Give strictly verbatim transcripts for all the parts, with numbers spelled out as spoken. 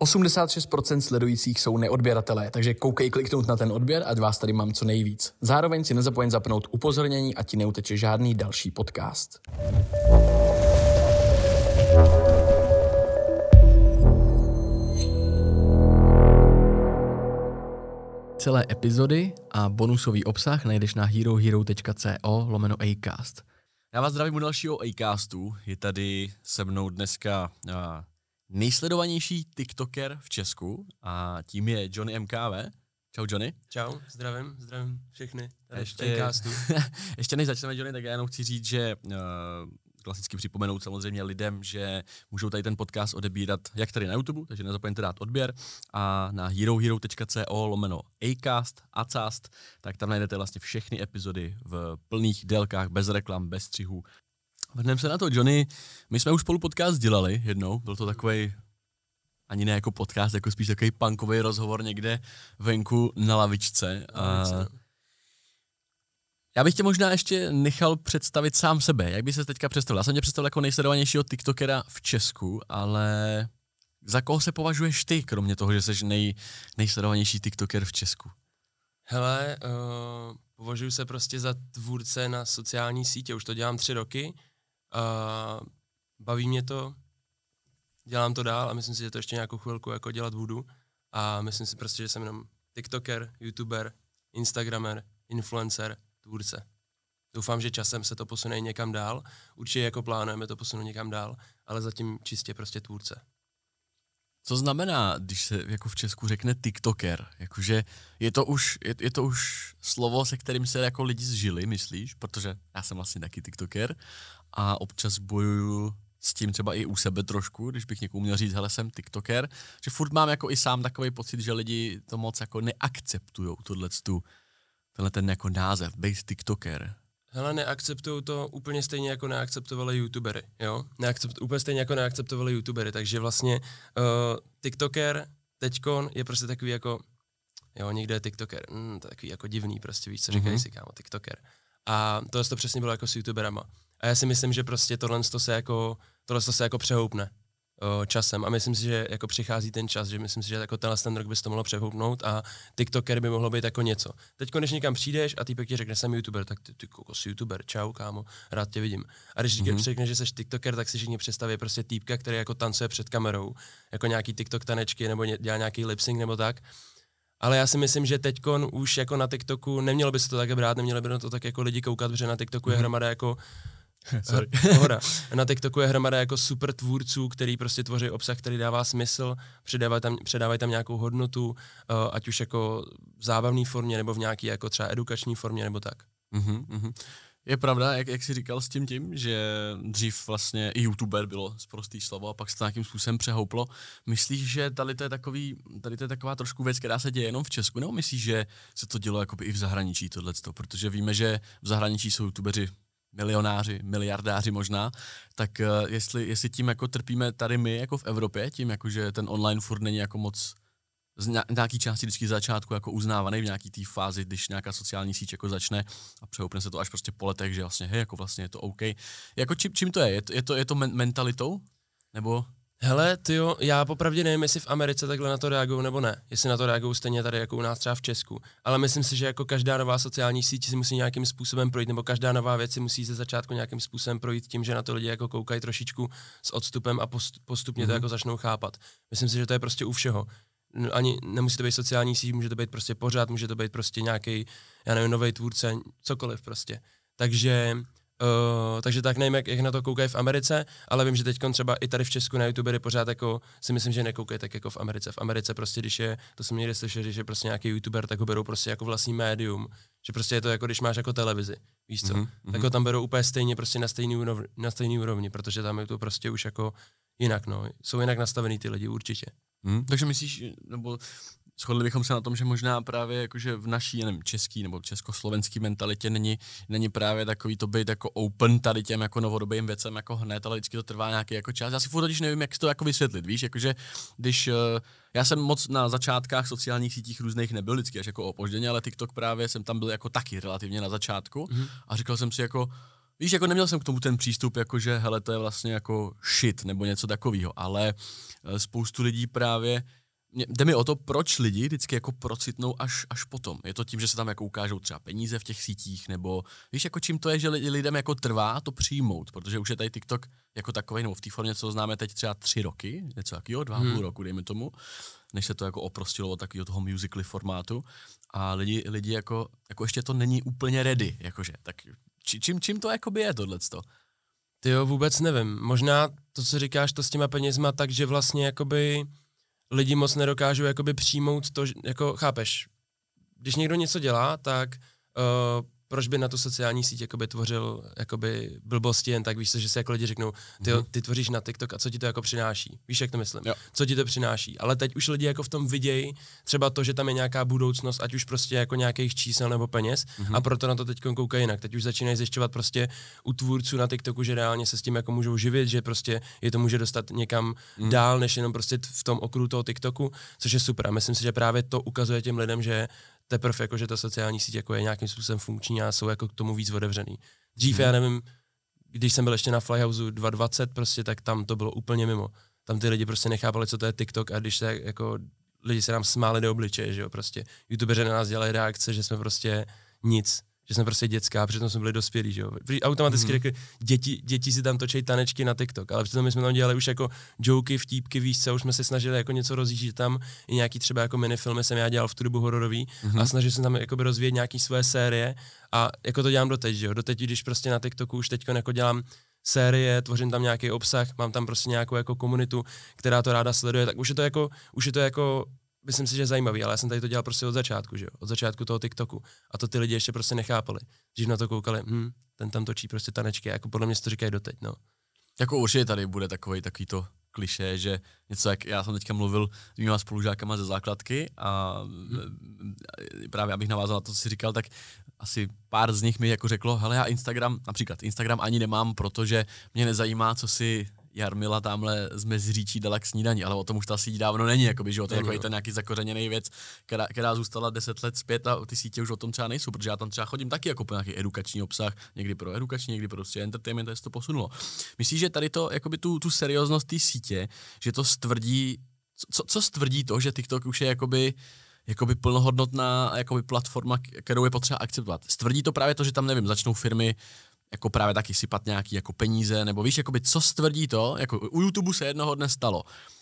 osmdesát šest procent sledujících jsou neodběratelé, takže koukej kliknout na ten odběr, ať vás tady mám co nejvíc. Zároveň si nezapomeň zapnout upozornění, ať ti neuteče žádný další podcast. Celé epizody a bonusový obsah najdeš na herohero.co lomeno acast. Já vás zdravím u dalšího Acastu. Je tady se mnou dneska uh, nejsledovanější TikToker v Česku a tím je Johnny M K V. Čau Johnny. Čau, zdravím, zdravím všechny tady ještě, v Acastu. Ještě než začneme, Johnny, tak já jenom chci říct, že uh, klasicky připomenout samozřejmě lidem, že můžou tady ten podcast odebírat jak tady na YouTube, takže nezapomeňte dát odběr, a na herohero.co lomeno acast, acast, tak tam najdete vlastně všechny epizody v plných délkách, bez reklam, bez střihů. Vrhneme se na to, Johnny, my jsme už spolu podcast dělali jednou, byl to takovej, ani ne jako podcast, jako spíš takový punkový rozhovor někde venku na lavičce. A já bych tě možná ještě nechal představit sám sebe. Jak by se teďka představil? Já jsem tě představil jako nejsledovanějšího TikTokera v Česku, ale za koho se považuješ ty, kromě toho, že jsi nej, nejsledovanější TikToker v Česku? Hele, uh, považuji se prostě za tvůrce na sociální sítě. Už to dělám tři roky. Uh, baví mě to, dělám to dál a myslím si, že to ještě nějakou chvilku jako dělat budu. A myslím si prostě, že jsem jenom TikToker, YouTuber, Instagramer, influencer, tvůrce. Doufám, že časem se to posune někam dál. Určitě jako plánujeme to posunout někam dál, ale zatím čistě prostě tvůrce. Co znamená, když se jako v Česku řekne TikToker? Jakože je to už, je, je to už slovo, se kterým se jako lidi zžili, myslíš? Protože já jsem vlastně taky TikToker a občas bojuju s tím třeba i u sebe trošku, když bych někomu měl říct, hele, jsem TikToker, že furt mám jako i sám takový pocit, že lidi to moc jako neakceptujou, tohletu, tenhle ten jako název, být TikToker. Hele, neakceptují to úplně stejně jako neakceptovali YouTubery, jo? Neakcept, úplně stejně jako neakceptovali YouTubery, takže vlastně uh, TikToker teďkon je prostě takový jako, jo, někde je TikToker, mm, to je takový jako divný prostě, víš, co říkají mm-hmm. si, kámo, TikToker. A tohle to přesně bylo jako s YouTuberama. A já si myslím, že prostě tohle to se jako, tohle to se jako přehoupne o, časem a myslím si, že jako přichází ten čas, že myslím si, že jako tenhle ten rok by se to mohlo přehoupnout a TikToker by mohlo být jako něco. Teď když někam přijdeš a týpek ti řekne, jsem YouTuber, tak ty, ty kokos YouTuber, čau kámo, rád tě vidím. A když mm-hmm. řekneš, že jsi TikToker, tak si všichni představí prostě týpka, který jako tancuje před kamerou, jako nějaký TikTok tanečky nebo dělá nějaký lip sync nebo tak. Ale já si myslím, že teďkon už jako na TikToku nemělo by se to tak brát, nemělo by na to tak jako lidi koukat, protože na TikToku mm-hmm. je hromada jako Sorry. Pohoda. Na TikToku je hromada jako super tvůrců, který prostě tvoří obsah, který dává smysl, předávají tam, předávají tam nějakou hodnotu, uh, ať už jako v zábavné formě, nebo v nějaký jako třeba edukační formě, nebo tak. Mm-hmm, mm-hmm. Je pravda, jak, jak jsi říkal s tím tím, že dřív vlastně i YouTuber bylo sprostý slovo a pak se to nějakým způsobem přehouplo. Myslíš, že tady to je takový, tady to je taková trošku věc, která se děje jenom v Česku, nebo myslíš, že se to dělo jakoby i v zahraničí tohleto? Protože víme, že v zahraničí jsou YouTubeři milionáři, miliardáři možná, tak uh, jestli, jestli tím jako trpíme tady my jako v Evropě, tím jako, že ten online furt není jako moc z nějaký části vždycky z začátku jako uznávaný v nějaký té fázi, když nějaká sociální síť jako začne a přehoupne se to až prostě po letech, že vlastně hej, jako vlastně je to OK. Jako čím, čím to je? Je to, je to, je to men- mentalitou? Nebo? Hele, tyjo, já popravdě nevím, jestli v Americe takhle na to reagují nebo ne. Jestli na to reagují stejně tady jako u nás třeba v Česku. Ale myslím si, že jako každá nová sociální síť si musí nějakým způsobem projít, nebo každá nová věc si musí ze začátku nějakým způsobem projít tím, že na to lidi jako koukají trošičku s odstupem a postupně mm-hmm. to jako začnou chápat. Myslím si, že to je prostě u všeho. Ani nemusí to být sociální síť, může to být prostě pořád, může to být prostě nějaký, já nevím, nový tvůrce, cokoliv prostě. Takže Uh, takže tak nevím, jak, jak na to koukají v Americe, ale vím, že teď třeba i tady v Česku na YouTubery pořád jako si myslím, že nekoukají tak jako v Americe. V Americe prostě, když je, to jsem někde slyšel, že je prostě nějaký YouTuber, tak ho berou prostě jako vlastní médium, že prostě je to jako když máš jako televizi, víš co, mm-hmm. tak ho tam berou úplně stejně prostě na stejný úrovni, na stejný úrovni, protože tam je to prostě už jako jinak, no, jsou jinak nastavený ty lidi, určitě. Hmm, takže myslíš, nebo shodli bychom se na tom, že možná právě jakože v naší, nevím, český nebo československý mentalitě není, není právě takový to být jako open tady těm jako novodobým věcem jako hned, ale vždycky to trvá nějaký jako čas. Já si furt totiž nevím, jak si to jako vysvětlit, víš, jakože když, uh, já jsem moc na začátkách sociálních sítích různých nebyl vždycky až jako opožděně, ale TikTok právě jsem tam byl jako taky relativně na začátku mm-hmm. a říkal jsem si jako, víš, jako neměl jsem k tomu ten přístup, jako že hele, to je vlastně jako shit nebo něco takového, ale spoustu lidí právě, jde mi o to, proč lidi vždycky jako procitnou až, až potom. Je to tím, že se tam jako ukážou třeba peníze v těch sítích, nebo víš, jako čím to je, že lidem jako trvá to přijmout, protože už je tady TikTok jako takový, nebo v té formě, co známe teď třeba tři roky, něco takového, dva a půl hmm. roku, dejme tomu, než se to jako oprostilo od takového toho musically formátu a lidi, lidi jako, jako ještě to není úplně ready, jakože, tak či, čím, čím to jakoby je tohleto? Ty jo, vůbec nevím. Možná to, co říkáš, to s těma penězma, takže vlastně jakoby lidi moc nedokážou jakoby přijmout to, jako chápeš, když někdo něco dělá, tak uh, proč by na tu sociální síť jakoby tvořil jakoby blbosti jen tak, víš co, že si jako lidi řeknou, ty, mm-hmm. ty tvoříš na TikTok a co ti to jako přináší, víš jak to myslím, jo. Co ti to přináší, ale teď už lidi jako v tom vidějí třeba to, že tam je nějaká budoucnost, ať už prostě jako nějakých čísel nebo peněz mm-hmm. a proto na to teď koukají jinak, teď už začínají zjišťovat prostě u tvůrců na TikToku, že reálně se s tím jako můžou živit, že prostě je to může dostat někam mm. dál, než jenom prostě v tom okruhu toho TikToku, což je super a myslím si, že právě to ukazuje těm lidem, že teprve jako, že ta sociální síť jako je nějakým způsobem funkční a jsou jako k tomu víc otevřený. Dřív, hmm. já nevím, když jsem byl ještě na Flyhouse dva dvacet, prostě, tak tam to bylo úplně mimo. Tam ty lidi prostě nechápali, co to je TikTok a když se jako lidi se nám smáli do obličeje, že jo, prostě. YouTubeři na nás dělají reakce, že jsme prostě nic, že jsme prostě dětská, přitom jsme byli dospělí, že jo. Automaticky mm-hmm. řekli, děti, děti si tam točí tanečky na TikTok, ale přitom my jsme tam dělali už jako joky, vtípky, víš co, už jsme se snažili jako něco rozjíždět tam, i nějaký třeba jako minifilmy jsem já dělal v tu dobu hororový mm-hmm. a snažil jsem tam jakoby rozvíjet nějaký svoje série a jako to dělám doteď, že jo. Doteď, když prostě na TikToku už teďko jako dělám série, tvořím tam nějaký obsah, mám tam prostě nějakou jako komunitu, která to ráda sleduje, tak už je to jako, už je to jako myslím si, že je zajímavý, ale já jsem tady to dělal prostě od začátku, že jo, od začátku toho TikToku. A to ty lidi ještě prostě nechápali. Když na to koukali, hm, ten tam točí prostě tanečky, jako podle mě si to říkají doteď, no. Jako určitě tady bude takový, takový to klišé, že něco jak, já jsem teďka mluvil s mýma spolužákama ze základky a hmm. právě abych navázal na to, co jsi říkal, tak asi pár z nich mi jako řeklo, hele já Instagram, například Instagram ani nemám, protože mě nezajímá, co si Jarmila tamhle z Meziříčí dala k snídani, ale o tom už ta síť dávno není, jakoby, že jo, to je jako ten nějaký zakořeněný věc, která, která zůstala deset let zpět a ty sítě už o tom třeba nejsou, protože já tam třeba chodím taky jako po nějaký edukační obsah, někdy pro edukační, někdy prostě entertainment, to to posunulo. Myslíš, že tady to, jakoby tu, tu serióznost té sítě, že to stvrdí, co, co stvrdí to, že TikTok už je jakoby jakoby plnohodnotná jakoby platforma, kterou je potřeba akceptovat. Stvrdí to právě to, že tam, nevím, začnou firmy jako právě taky sypat nějaký jako peníze, nebo víš, jakoby co stvrdí to, jako u YouTube se jednoho dne stalo,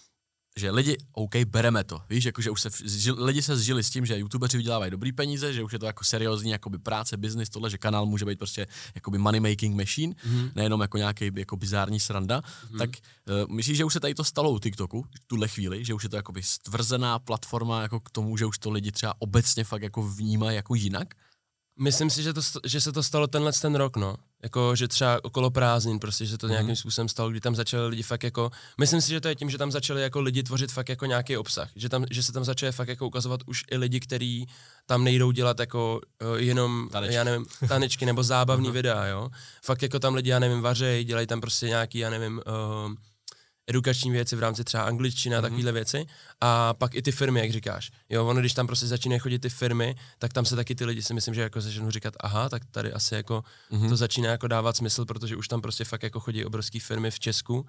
že lidi, OK, bereme to, víš, jakože už se, žil, lidi se zžili s tím, že YouTubeři vydělávají dobrý peníze, že už je to jako seriózní jakoby práce, business, tohle, že kanál může být prostě jakoby money making machine, mm-hmm. nejenom jako nějaký jako bizární sranda, mm-hmm. tak uh, myslíš, že už se tady to stalo u TikToku, tuhle chvíli, že už je to jakoby stvrzená platforma jako k tomu, že už to lidi třeba obecně fakt jako vnímají jako jinak? Myslím si, že, to, že se to stalo tenhle ten rok, no. Jako, že třeba okolo prázdnin, prostě, že se to nějakým mm. způsobem stalo, kdy tam začali lidi fakt jako, myslím si, že to je tím, že tam začali jako lidi tvořit fakt jako nějaký obsah, že, tam, že se tam začali fakt jako ukazovat už i lidi, kteří tam nejdou dělat jako uh, jenom, tanečky. já nevím, tanečky nebo zábavný videa, jo. Fakt jako tam lidi, já nevím, vařejí, dělají tam prostě nějaký, já nevím, uh, edukační věci v rámci třeba angličtina a mm-hmm. takovéhle věci a pak i ty firmy, jak říkáš. Jo, ono, když tam prostě začínají chodit ty firmy, tak tam se taky ty lidi si myslím, že jako začnou říkat, aha, tak tady asi jako mm-hmm. to začíná jako dávat smysl, protože už tam prostě fakt jako chodí obrovský firmy v Česku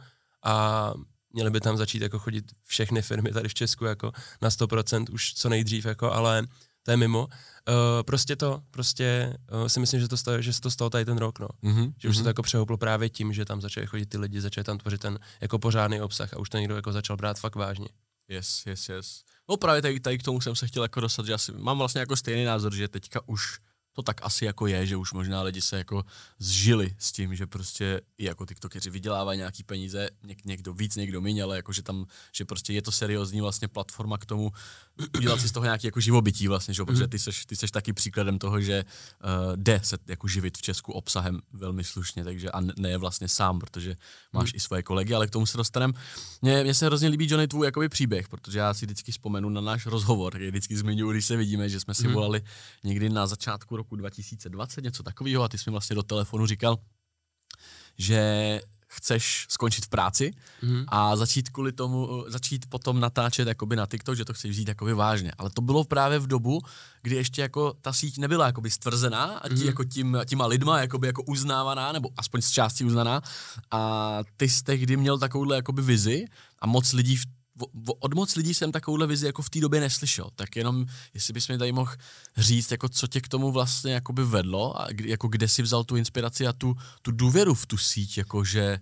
a měly by tam začít jako chodit všechny firmy tady v Česku jako na sto procent už co nejdřív jako, ale to je mimo. Uh, prostě to, prostě uh, si myslím, že, to stalo, že se to stalo tady ten rok, no. Mm-hmm. Že už mm-hmm. se to jako přehouplo právě tím, že tam začali chodit ty lidi, začali tam tvořit ten jako pořádný obsah a už to někdo jako začal brát fakt vážně. Yes, yes, yes. No právě tady, tady k tomu jsem se chtěl jako dostat, že asi mám vlastně jako stejný názor, že teďka už to tak asi jako je, že už možná lidi se jako zžili s tím, že prostě i jako tiktokeři vydělávají nějaký peníze, něk, někdo víc, někdo míň, ale jako že tam, že prostě je to seriózní vlastně platforma k tomu udělat si z toho nějaký jako živobytí vlastně, že? Protože ty seš, ty seš taky příkladem toho, že uh, jde se jako živit v Česku obsahem velmi slušně, takže a ne je vlastně sám, protože máš mm. i svoje kolegy, ale k tomu se dostaneme. Mně, mně se hrozně líbí, Johnny, tvůj jakoby příběh, protože já si vždycky vzpomenu na náš rozhovor, který vždycky zmiňuji, když se vidíme, že jsme si mm. volali někdy na začátku roku dva tisíce dvacet, něco takového, a ty jsi mi vlastně do telefonu říkal, že chceš skončit v práci mm. a začít kvůli tomu, začít potom natáčet jakoby na TikTok, že to chceš vzít jakoby vážně. Ale to bylo právě v dobu, kdy ještě jako ta síť nebyla jakoby stvrzená a tí, mm. jako tím, těma lidma jakoby jako uznávaná, nebo aspoň z části uznaná. A ty jsi tehdy měl takovouhle jakoby vizi a moc lidí v od moc lidí jsem takovouhle vizi jako v té době neslyšel, tak jenom, jestli bys mi tady mohl říct, jako co tě k tomu vlastně jakoby vedlo a kdy, jako kde jsi vzal tu inspiraci a tu, tu důvěru v tu síť, jakože...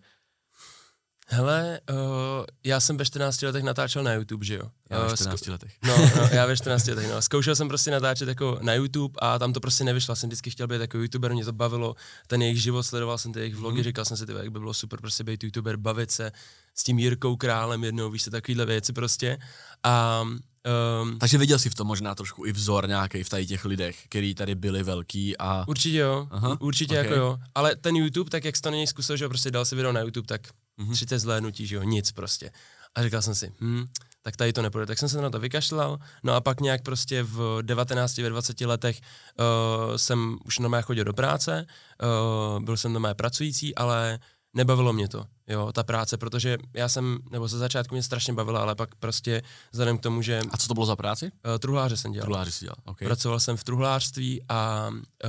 Hele, uh, já jsem ve čtrnácti letech natáčel na YouTube, že jo? Já ve čtrnácti letech. No, no, já ve čtrnácti letech, no. Zkoušel jsem prostě natáčet jako na YouTube a tam to prostě nevyšlo. Já jsem vždycky chtěl být jako YouTuber, mě to bavilo, ten jejich život, sledoval jsem ty jejich vlogy, mm. říkal jsem si, tyhle, jak by bylo super prostě být YouTuber, bavit se s tím Jirkou Králem jednou, víš se, takovýhle věci prostě. A Um, Takže viděl jsi v tom možná trošku i vzor nějaký v tady těch lidech, který tady byli velký a... Určitě jo, Aha, určitě okay. jako jo. Ale ten YouTube, tak jak jsi to na něj zkusil, že jo, prostě dal si video na YouTube, tak mm-hmm. třicet zhlédnutí, že jo, nic prostě. A říkal jsem si, hm, tak tady to nepůjde. Tak jsem se na to vykašlal, no a pak nějak prostě v devatenácti, ve dvaceti letech uh, jsem už normálně chodil do práce, uh, byl jsem normálně pracující, ale nebavilo mě to, jo, ta práce, protože já jsem, nebo ze začátku mě strašně bavila, ale pak prostě vzhledem k tomu, že... A co to bylo za práci? Uh, truhláře jsem dělal. Truhláře si dělal, okay. Pracoval jsem v truhlářství a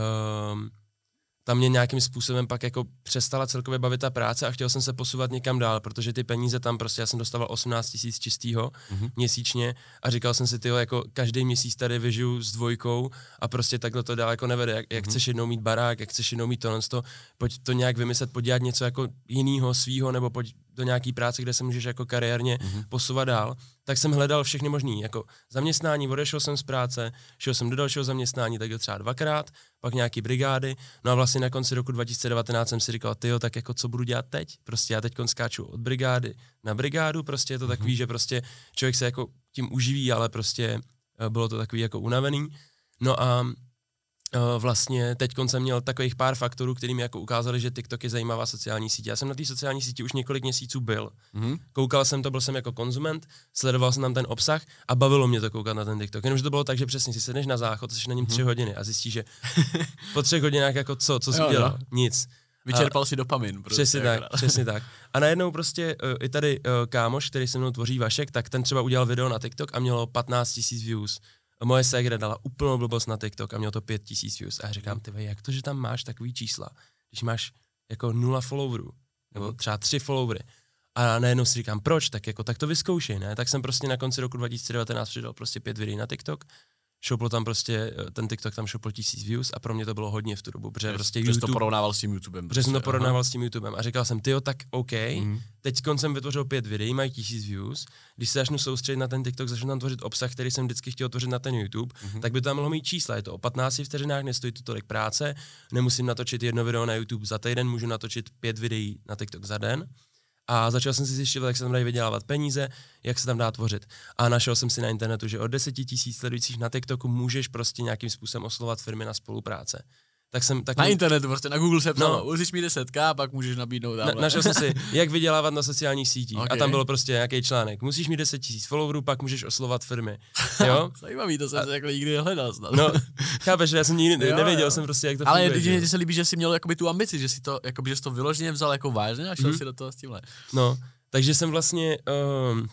um, tam mě nějakým způsobem pak jako přestala celkově bavit ta práce a chtěl jsem se posouvat někam dál, protože ty peníze tam prostě, já jsem dostával osmnáct tisíc čistýho mm-hmm. měsíčně a říkal jsem si, tyjo, jako každý měsíc tady vyžiju s dvojkou a prostě takhle to dál jako nevede, jak, jak mm-hmm. chceš jednou mít barák, jak chceš jednou mít tohle, to, pojď to nějak vymyslet, podělat něco jako jinýho, svýho, nebo pojď do nějaký práce, kde se můžeš jako kariérně mm-hmm. posouvat dál, tak jsem hledal všechny možný, jako zaměstnání, odešel jsem z práce, šel jsem do dalšího zaměstnání, tak třeba dvakrát, pak nějaký brigády, no a vlastně na konci roku dva tisíce devatenáct jsem si říkal, tyjo, tak jako co budu dělat teď? Prostě já teď skáču od brigády na brigádu, prostě je to mm-hmm. takový, že prostě člověk se jako tím uživí, ale prostě bylo to takový jako unavený. No a Uh, vlastně teď jsem měl takových pár faktorů, který mi jako ukázali, že TikTok je zajímavá sociální síť. Já jsem na té sociální síti už několik měsíců byl. Mm-hmm. Koukal jsem to, byl jsem jako konzument, sledoval jsem tam ten obsah a bavilo mě to koukat na ten TikTok. Jenomže to bylo tak, že přesně si sedneš na záchod, jsi na něm mm-hmm. tři hodiny a zjistíš, že po třech hodinách jako co, co jsi jo, udělal? No. Nic. Vyčerpal a si dopamin. Prostě, přesně tak, přesně tak. A najednou prostě uh, i tady uh, kámoš, který se mnou tvoří Vašek, tak ten třeba udělal video na TikTok a mělo patnáct tisíc views. Moje ségra dala úplnou blbost na TikTok a mělo to pět tisíc views. A já říkám, ty jak to, že tam máš takový čísla, když máš jako nula followerů, nebo třeba tři followery. A najednou si říkám, proč? Tak jako, tak to vyzkoušej, ne? Tak jsem prostě na konci roku dva tisíce devatenáct přidal prostě pět videí na TikTok. Šouplo tam prostě, ten TikTok tam šoupl tisíc views a pro mě to bylo hodně v tu dobu, protože prostě YouTube... to porovnával s tím YouTubem. Protože jsem to porovnával s tím YouTubem a říkal jsem, tyjo, tak OK, mm. teď jsem vytvořil pět videí, mají tisíc views, když se začnu soustředit na ten TikTok, začnu tam tvořit obsah, který jsem vždycky chtěl tvořit na ten YouTube, mm. tak by to tam mohlo mít čísla, je to o patnácti vteřinách, nestojí to tolik práce, nemusím natočit jedno video na YouTube za týden, můžu natočit pět videí na TikTok za den. A začal jsem si zjišťovat, jak se tam dají vydělávat peníze, jak se tam dá tvořit. A našel jsem si na internetu, že od deseti tisíc sledujících na TikToku můžeš prostě nějakým způsobem oslovovat firmy na spolupráce. Tak jsem, tak na mě... internetu, prostě na Google se psalo, no, můžeš mít deset ká, pak můžeš nabídnout dále. Na, našel jsem si, jak vydělávat na sociálních sítích. Okay. A tam bylo prostě nějaký článek. Musíš mít deset tisíc followerů, pak můžeš oslovovat firmy. Jo? Zajímavý, to jsem a... jako nikdy nehledal snad. No, chápeš, já jsem nikdy jo, nevěděl jo. jsem prostě, jak to ale funguje. Ale ti se líbí, že jsi měl jakoby tu ambici, že jsi to, jakoby, že jsi to vyloženě vzal jako vážně a šel mm-hmm. si do toho s tímhle. No, takže jsem vlastně... Um,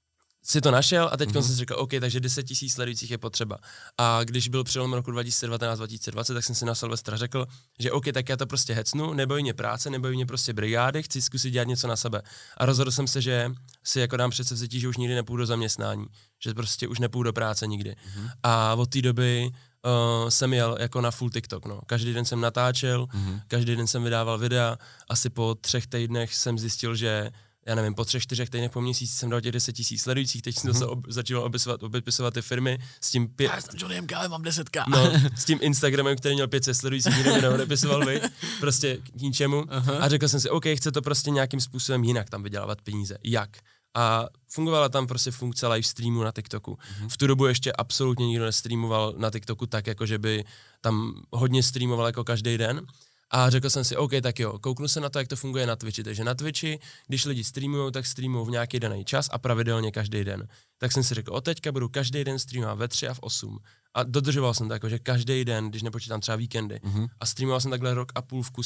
si to našel a teď mm-hmm. jsem si říkal, OK, takže deset tisíc sledujících je potřeba. A když byl přelom roku dva tisíce devatenáct dva tisíce dvacet, tak jsem si na Silvestra řekl, že OK, tak já to prostě hecnu, nebojí mě práce, nebojí mě prostě brigády, chci zkusit dělat něco na sebe. A rozhodl jsem se, že si jako dám předsevzetí, že už nikdy nepůjdu do zaměstnání, že prostě už nepůjdu do práce nikdy. Mm-hmm. A od té doby uh, jsem jel jako na full TikTok, no. Každý den jsem natáčel, mm-hmm. každý den jsem vydával videa, asi po třech týdnech jsem zjistil, že já nevím, po třech, čtyřech týdnech po měsíci jsem dal těch deset tisíc sledujících, teď jsem mm-hmm. ob, začal obepisovat, obepisovat ty firmy s tím pět... Já jsem Johnny M K, mám deset ká. No, s tím Instagramem, který měl pět set sledujících, nikdo mi neodepisoval, vy, prostě k ničemu. Uh-huh. A řekl jsem si, OK, chce to prostě nějakým způsobem jinak tam vydělávat peníze. Jak? A fungovala tam prostě funkce live streamu na TikToku. Mm-hmm. V tu dobu ještě absolutně nikdo nestreamoval na TikToku tak, jako že by tam hodně streamoval jako každý den. A řekl jsem si, OK, tak jo, kouknu se na to, jak to funguje na Twitchi. Takže na Twitchi, když lidi streamujou, tak streamují v nějaký daný čas a pravidelně každý den. Tak jsem si řekl, od teďka budu každý den streamovat ve tři a v osm. A dodržoval jsem to jako, že každý den, když nepočítám třeba víkendy. Mm-hmm. A streamoval jsem takhle rok a půl v kuse.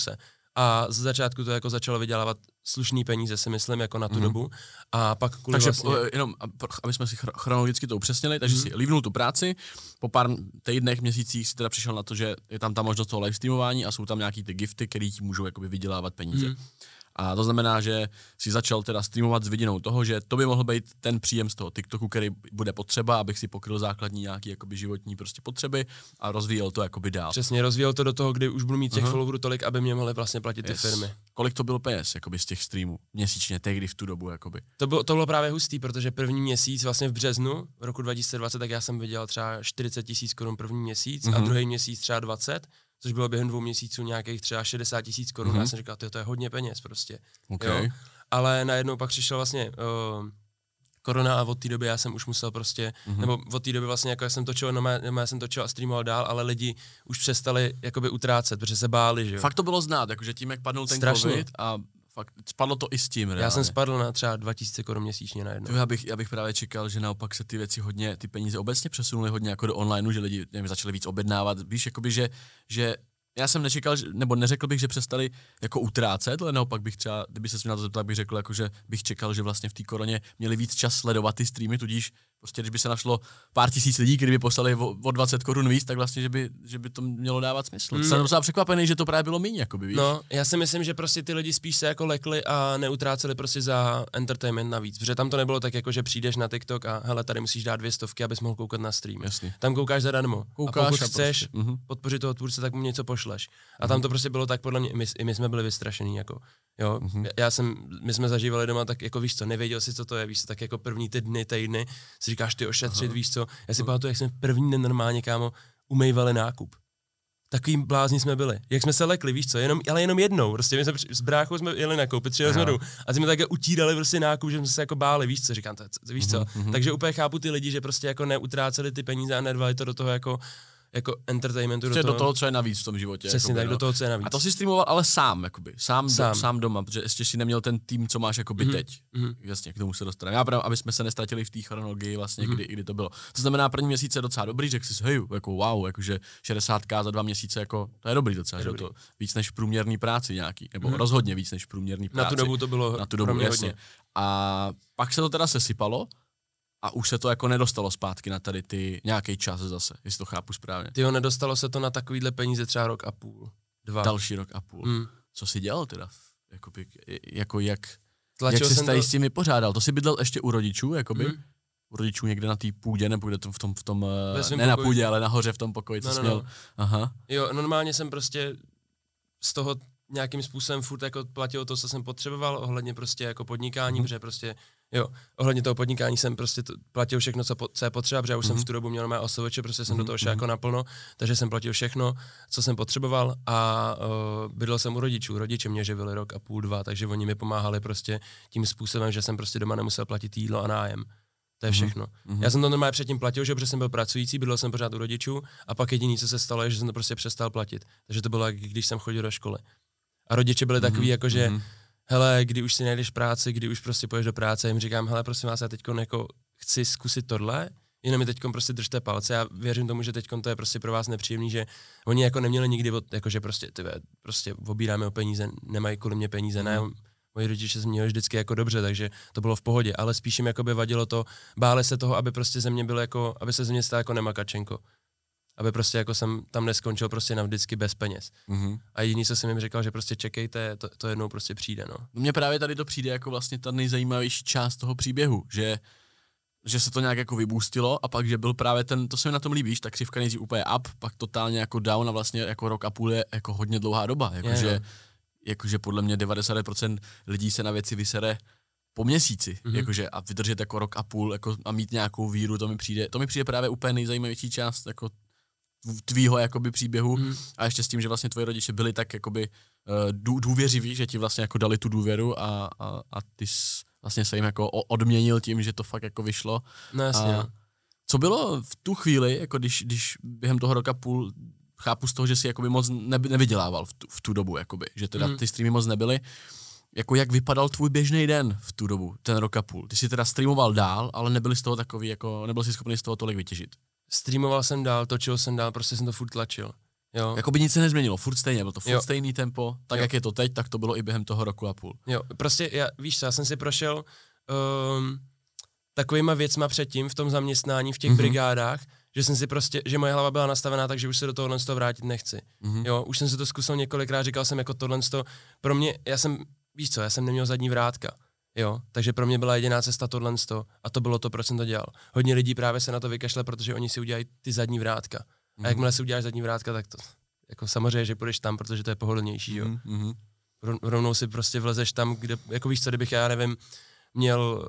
a z začátku to jako začalo vydělávat slušný peníze, si myslím, jako na tu mm. dobu. A pak kvůli takže vlastně... jenom, aby jsme si chronologicky to upřesnili, takže mm. si líbnul tu práci, po pár týdnech, měsících si teda přišel na to, že je tam ta možnost toho live streamování a jsou tam nějaký ty gifty, které ti můžou jakoby vydělávat peníze. Mm. A to znamená, že si začal teda streamovat s vidinou toho, že to by mohl být ten příjem z toho TikToku, který bude potřeba, abych si pokryl základní nějaký jakoby životní prostě potřeby a rozvíjel to jakoby dál. Přesně, rozvíjel to do toho, kdy už budu mít těch uh-huh. followerů tolik, aby mě mohly vlastně platit yes. ty firmy. Kolik to bylo peněz jakoby z těch streamů měsíčně, tehdy v tu dobu jakoby? To bylo, to bylo právě hustý, protože první měsíc vlastně v březnu roku dva tisíce dvacet, tak já jsem vydělal třeba čtyřicet tisíc korun první měsíc uh-huh. a druhý měsíc třeba dvacet. Což bylo během dvou měsíců nějakých třeba šedesát tisíc korun. Mm-hmm. Já jsem říkal, to je hodně peněz prostě. Okay. Jo? Ale najednou pak přišel vlastně uh, korona a od té doby já jsem už musel prostě, mm-hmm. nebo od té doby vlastně jako já jsem točil, no, já jsem točil a streamoval dál, ale lidi už přestali jakoby utrácet, protože se báli, že jo. Fakt to bylo znát, jakože tím, jak padnul ten Strašně. covid a fakt spadlo to i s tím, reálně. Já jsem spadl na třeba dva tisíce korun měsíčně najednou. Já bych, já bych právě čekal, že naopak se ty věci hodně, ty peníze obecně přesunuly hodně jako do onlineu, že lidi nevím, začali víc objednávat, víš, jakoby, že, že já jsem nečekal, nebo neřekl bych, že přestali jako utrácet, ale naopak bych třeba, kdyby se na to zeptal, bych řekl, jako, že bych čekal, že vlastně v té koroně měli víc čas sledovat ty streamy, tudíž prostě, když by se našlo pár tisíc lidí, kteří by poslali o, o dvacet korun víc, tak vlastně, že by, že by to mělo dávat smysl. Mm. Jsem docela překvapený, že to právě bylo míň, jakoby, víš? No, já si myslím, že prostě ty lidi spíš se jako lekli a neutráceli prostě za entertainment navíc, protože tam to nebylo tak jako, že přijdeš na TikTok a hele, tady musíš dát dvě stovky, abys mohl koukat na stream. Jasně. Tam koukáš zadarmo. Koukáš a pokud a chceš prostě. podpořit toho tvůrce, tak mu něco pošleš. A tam to prostě bylo tak podle mě, my, i my jsme byli vystrašení, jako, jo, mm-hmm. já jsem, my jsme zažívali doma tak, jako víš co, nevěděl si, co to je, víš co, tak jako první ty dny, týdny, si říkáš ty ošetřit, Aha. víš co, já si pamatuju, jak jsme první den normálně, kámo, umývali nákup. Takový blázni jsme byli, jak jsme se lekli, víš co, jenom, ale jenom jednou, prostě my jsme s bráchou jsme jeli nakoupit, přijeli jsme dolů a jsme také utírali prostě nákup, že jsme se jako báli, víš co, říkám, to, víš co, mm-hmm. takže úplně chápu ty lidi, že prostě jako neutráceli ty peníze a nedvali to do toho jako jako entertainmentu do toho, do toho, co je navíc v tom životě. Přesně jakoby, tak, no. do toho, co je navíc. A to si streamoval ale sám, jakoby, sám, sám. Do, sám doma, protože ještě si neměl ten tým, co máš jakoby mm-hmm. teď. Mm-hmm. Jasně, k tomu se dostaneme. Já právě, aby jsme se nestratili v té chronologii vlastně, mm-hmm. kdy, kdy to bylo. To znamená, první měsíc je docela dobrý, řekl jsi, hej, jako wow, jakože šedesát tisíc za dva měsíce, jako, to je dobrý docela, je že dobrý. To víc než průměrný práci nějaký, nebo mm-hmm. rozhodně víc než průměrný práci. Na tu dobu to bylo Na tu dobu, jasně. Hodně. A pak se to teda sesypalo. A už se to jako nedostalo zpátky na tady ty nějaký čas zase, jestli to chápu správně. Tyjo, nedostalo se to na takovýhle peníze třeba rok a půl, dva. Další rok a půl. Hmm. Co jsi dělal teda? Jako, jako jak, Tlačil jak jsi tady to... s tím vypořádal? To jsi bydlel ještě u rodičů, jakoby? Hmm. U rodičů někde na té půdě, nebo kde to v tom, v tom ne pokoji. na půdě, ale nahoře v tom pokoji, co no, jsi no, měl. No. Aha. Jo, normálně jsem prostě z toho nějakým způsobem furt jako platil to, co jsem potřeboval, ohledně prostě jako podnikání, mm. protože prostě, jo, ohledně toho podnikání jsem prostě to, platil všechno, co, po, co je potřeba, protože už mm. jsem v tu dobu měl mé osoveče, prostě jsem mm. do toho šel mm. jako naplno, takže jsem platil všechno, co jsem potřeboval a uh, bydlel jsem u rodičů, rodiče mě živili rok a půl, dva, takže oni mi pomáhali prostě tím způsobem, že jsem prostě doma nemusel platit jídlo a nájem. To je všechno. Mm-hmm. Já jsem to normálně předtím platil, že protože jsem byl pracující, bydlel jsem pořád u rodičů a pak jediné, co se stalo, je, že jsem to prostě přestal platit. Takže to bylo, jak když jsem chodil do školy. A rodiče byli mm-hmm. takový, jako že, mm-hmm. hele, kdy už si najdeš práci, kdy už prostě půjdeš do práce, jim říkám, hele, prosím vás, já teďko jako chci zkusit tohle, jenom mi teďko prostě držte palce. Já věřím tomu, že teďko to je prostě pro vás nepříjemný, že oni jako neměli nikdy, jako že prostě, tyve, prostě obíráme o peníze, nemají kvůli mě peníze, mm-hmm. ne. Moji rodiče se měli vždycky jako dobře, takže to bylo v pohodě, ale spíš jim jakoby vadilo to, báli se toho, aby prostě ze mě bylo jako, aby se ze mě stala jako nemakačenko. Aby prostě jako jsem tam neskončil prostě navždycky bez peněz. Mm-hmm. A jediný, co jsem jim říkal, že prostě čekejte, to, to jednou prostě přijde, no. Mně právě tady to přijde jako vlastně ta nejzajímavější část toho příběhu, že že se to nějak jako vybůstilo a pak, že byl právě ten, to se mi na tom líbíš, ta křivka nejdřív úplně up, pak totálně jako down a vlastně jako rok a půl je jako hodně dlouhá doba, jakože yeah. jakože podle mě devadesát procent lidí se na věci vysere po měsíci, mm-hmm. jakože a vydržet jako rok a půl jako a mít nějakou víru, to mi přijde, to mi přijde právě úplně nejzajímavější část jako tvýho jakoby příběhu mm. a ještě s tím, že vlastně tvoji rodiče byli tak jakoby uh, důvěřiví, že ti vlastně jako dali tu důvěru a, a, a ty jsi vlastně se jim jako odměnil tím, že to fakt jako vyšlo. No jasně. A co bylo v tu chvíli, jako když, když během toho roka půl chápu z toho, že si jakoby moc neby, nevydělával v tu, v tu dobu, jakoby, že teda mm. ty streamy moc nebyly, jako jak vypadal tvůj běžný den v tu dobu, ten rok a půl? Ty jsi teda streamoval dál, ale nebyli z toho takový, jako nebyl jsi schopný z toho tolik vytěžit. Streamoval jsem dál, točil jsem dál, prostě jsem to furt tlačil. Jo. Jakoby nic se nezměnilo, furt stejně, bylo to furt jo. stejný tempo, tak jo. jak je to teď, tak to bylo i během toho roku a půl. Jo, prostě, já, víš co, já jsem si prošel um, takovýma věcma předtím v tom zaměstnání, v těch mm-hmm. brigádách, že jsem si prostě, že moje hlava byla nastavená tak, že už se do tohohle toho vrátit nechci. Mm-hmm. Jo, už jsem si to zkusil několikrát, říkal jsem jako tohle to, pro mě, já jsem, víš co, já jsem neměl zadní vrátka. Jo, takže pro mě byla jediná cesta tohle a to bylo to, proč jsem to dělal. Hodně lidí právě se na to vykašle, protože oni si udělají ty zadní vrátka. Mm-hmm. A jakmile si uděláš zadní vrátka, tak to jako samozřejmě, že půjdeš tam, protože to je pohodlnější, jo. Mm-hmm. Rovnou si prostě vlezeš tam, kde, jako víš co, kdybych, já nevím, měl,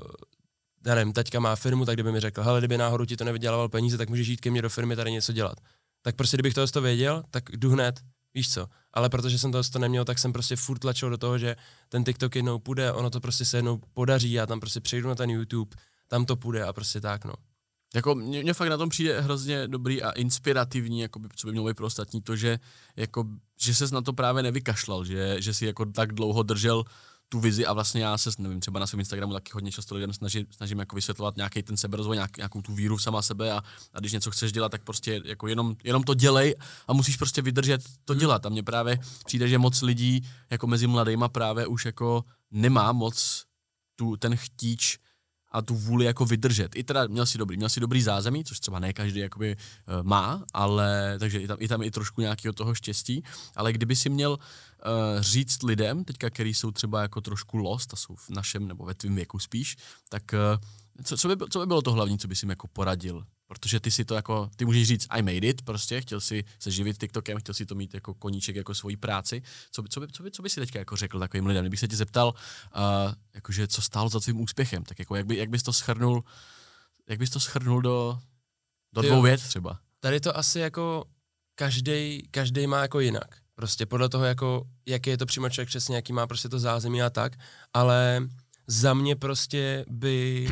já nevím, taťka má firmu, tak kdyby mi řekl, hele, kdyby náhodou ti to nevydělával peníze, tak můžeš jít ke mně do firmy tady něco dělat. Tak prostě, kdybych tohle to věděl, tak jdu hned, víš co. Ale protože jsem tohle to neměl, tak jsem prostě furt tlačil do toho, že ten TikTok jednou půjde, ono to prostě se jednou podaří, já tam prostě přejdu na ten YouTube, tam to půjde a prostě tak, no. Jako mě, mě fakt na tom přijde hrozně dobrý a inspirativní, jakoby, co by mělo být pro ostatní, to, že, jako, že ses na to právě nevykašlal, že, že si jako tak dlouho držel tu vizi a vlastně já se, nevím, třeba na svém Instagramu taky hodně často lidem snažím, snažím jako vysvětlovat nějaký ten seberozvoj, nějak, nějakou tu víru v sama sebe a, a když něco chceš dělat, tak prostě jako jenom, jenom to dělej a musíš prostě vydržet to dělat. A mně právě přijde, že moc lidí jako mezi mladýma právě už jako nemá moc tu, ten chtíč a tu vůli jako vydržet. I teda měl si dobrý, měl si dobrý zázemí, což třeba ne každý jakoby uh, má, ale takže i tam, i tam i trošku nějakého toho štěstí, ale kdyby si měl uh, říct lidem, teďka, který jsou třeba jako trošku lost a jsou v našem nebo ve tvým věku spíš, tak uh, co, co, by, co by bylo to hlavní, co bys jim jako poradil? Protože ty si to jako, ty můžeš říct I made it, prostě, chtěl si se živit TikTokem, chtěl si to mít jako koníček, jako svoji práci. Co by, co by, co by, co by si teďka jako řekl takovým lidem? Kdybych se tě zeptal, uh, jakože co stálo za tvým úspěchem, tak jako jak, by, jak bys to shrnul, jak bys to shrnul do, do dvou vět třeba? Tady to asi jako každej, každej má jako jinak. Prostě podle toho, jako, jaký je to přímo člověk přesně, jaký má prostě to zázemí a tak, ale za mě prostě by...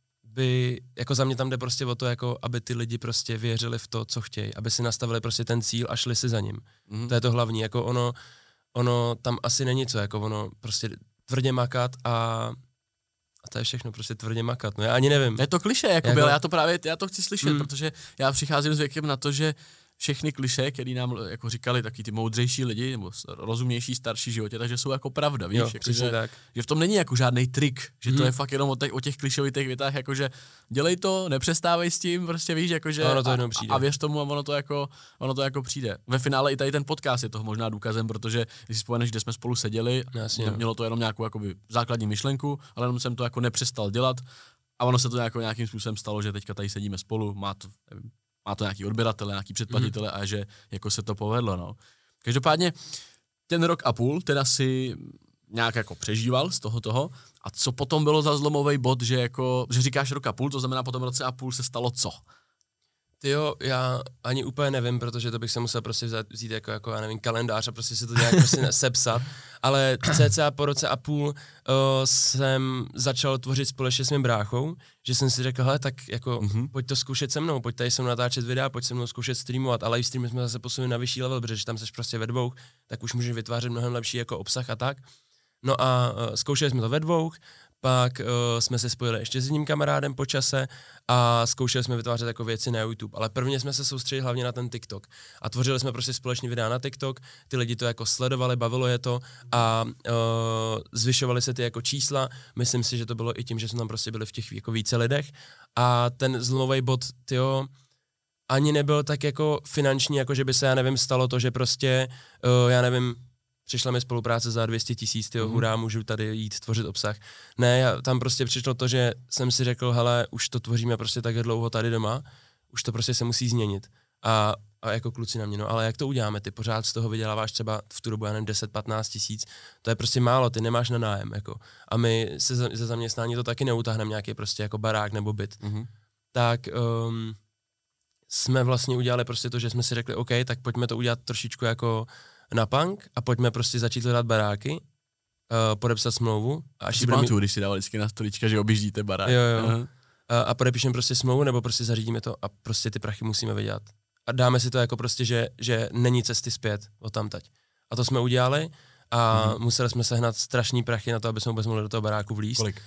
by, jako za mě tam jde prostě o to, jako aby ty lidi prostě věřili v to, co chtějí, aby si nastavili prostě ten cíl a šli si za ním. Mm. To je to hlavní, jako ono, ono tam asi není co, jako ono prostě tvrdě makat a, a to je všechno, prostě tvrdě makat, no já ani nevím. Je to klišé, jako, jako... já to právě, já to chci slyšet, mm. protože já přicházím s věkem na to, že všechny klišé, který nám jako říkali taky ty moudřejší lidi, nebo rozumnější, starší životě, takže jsou jako pravda, víš, jo, jako, že, tak. že v tom není jako žádný trik, že hmm. to je fakt jenom o těch, o těch klišovitých větách, jakože dělej to, nepřestávej s tím, prostě víš, jakože a, to a, přijde. a věř tomu a ono to jako, ono to jako přijde. Ve finále i tady ten podcast je toho možná důkazem, protože když si vzpomeneš, kde jsme spolu seděli, Jasně, mělo to jenom nějakou jakoby základní myšlenku, ale jenom jsem to jako nepřestal dělat a ono se to jako nějakým způsobem stalo, že teďka tady sedíme spolu, má to, nevím, má to nějaký odběratele, nějaký předplatitele mm. a že jako se to povedlo, no. Každopádně ten rok a půl teda si nějak jako přežíval z toho toho a co potom bylo za zlomový bod, že jako, že říkáš rok a půl, to znamená potom roce a půl se stalo co? Tyjo, já ani úplně nevím, protože to bych se musel prostě vzít, vzít jako, jako, já nevím, kalendář a prostě si to nějak prostě sepsat, ale cca po roce a půl uh, jsem začal tvořit společně s mým bráchou, že jsem si řekl, hele, tak jako mm-hmm. pojď to zkoušet se mnou, pojď tady se mnou natáčet videa, pojď se mnou zkoušet streamovat a live streamy jsme zase posunuli na vyšší level, protože tam seš prostě ve dvou, tak už můžeš vytvářet mnohem lepší jako obsah a tak. No a uh, zkoušeli jsme to ve dvou, pak uh, jsme se spojili ještě s jedním kamarádem po čase a zkoušeli jsme vytvářet jako věci na YouTube, ale prvně jsme se soustředili hlavně na ten TikTok a tvořili jsme prostě společný videa na TikTok, ty lidi to jako sledovali, bavilo je to a uh, zvyšovaly se ty jako čísla, myslím si, že to bylo i tím, že jsme tam prostě byli v těch jako více lidech a ten zlomový bod, tyjo, ani nebyl tak jako finanční, jako že by se, já nevím, stalo to, že prostě, uh, já nevím, přišla mi spolupráce za dvě stě tisíc, tyjo, mm. hurá, můžu tady jít tvořit obsah. Ne, já, tam prostě přišlo to, že jsem si řekl, hele, už to tvoříme prostě tak dlouho tady doma, už to prostě se musí změnit. A, a jako kluci na mě, no ale jak to uděláme, ty pořád z toho vyděláváš třeba v tu dobu, já nevím, deset patnáct tisíc, to je prostě málo, ty nemáš na nájem, jako. A my se ze zaměstnání to taky neutáhneme nějaký prostě jako barák nebo byt. Mm. Tak um, jsme vlastně udělali prostě to, že jsme si řekli, OK, tak pojďme to udělat trošičku jako na punk a pojďme prostě začít hledat baráky, uh, podepsat smlouvu. A až si pamatuju, mít... když si dával vždycky na stolička, že objíždíte barák. Jo, jo. Uh-huh. A, a podepíšeme prostě smlouvu, nebo prostě zařídíme to a prostě ty prachy musíme vydělat. A dáme si to jako prostě, že, že není cesty zpět od tamtať. A to jsme udělali a uh-huh. museli jsme sehnat strašný prachy na to, aby jsme vůbec mohli do toho baráku vlízt. Kolik?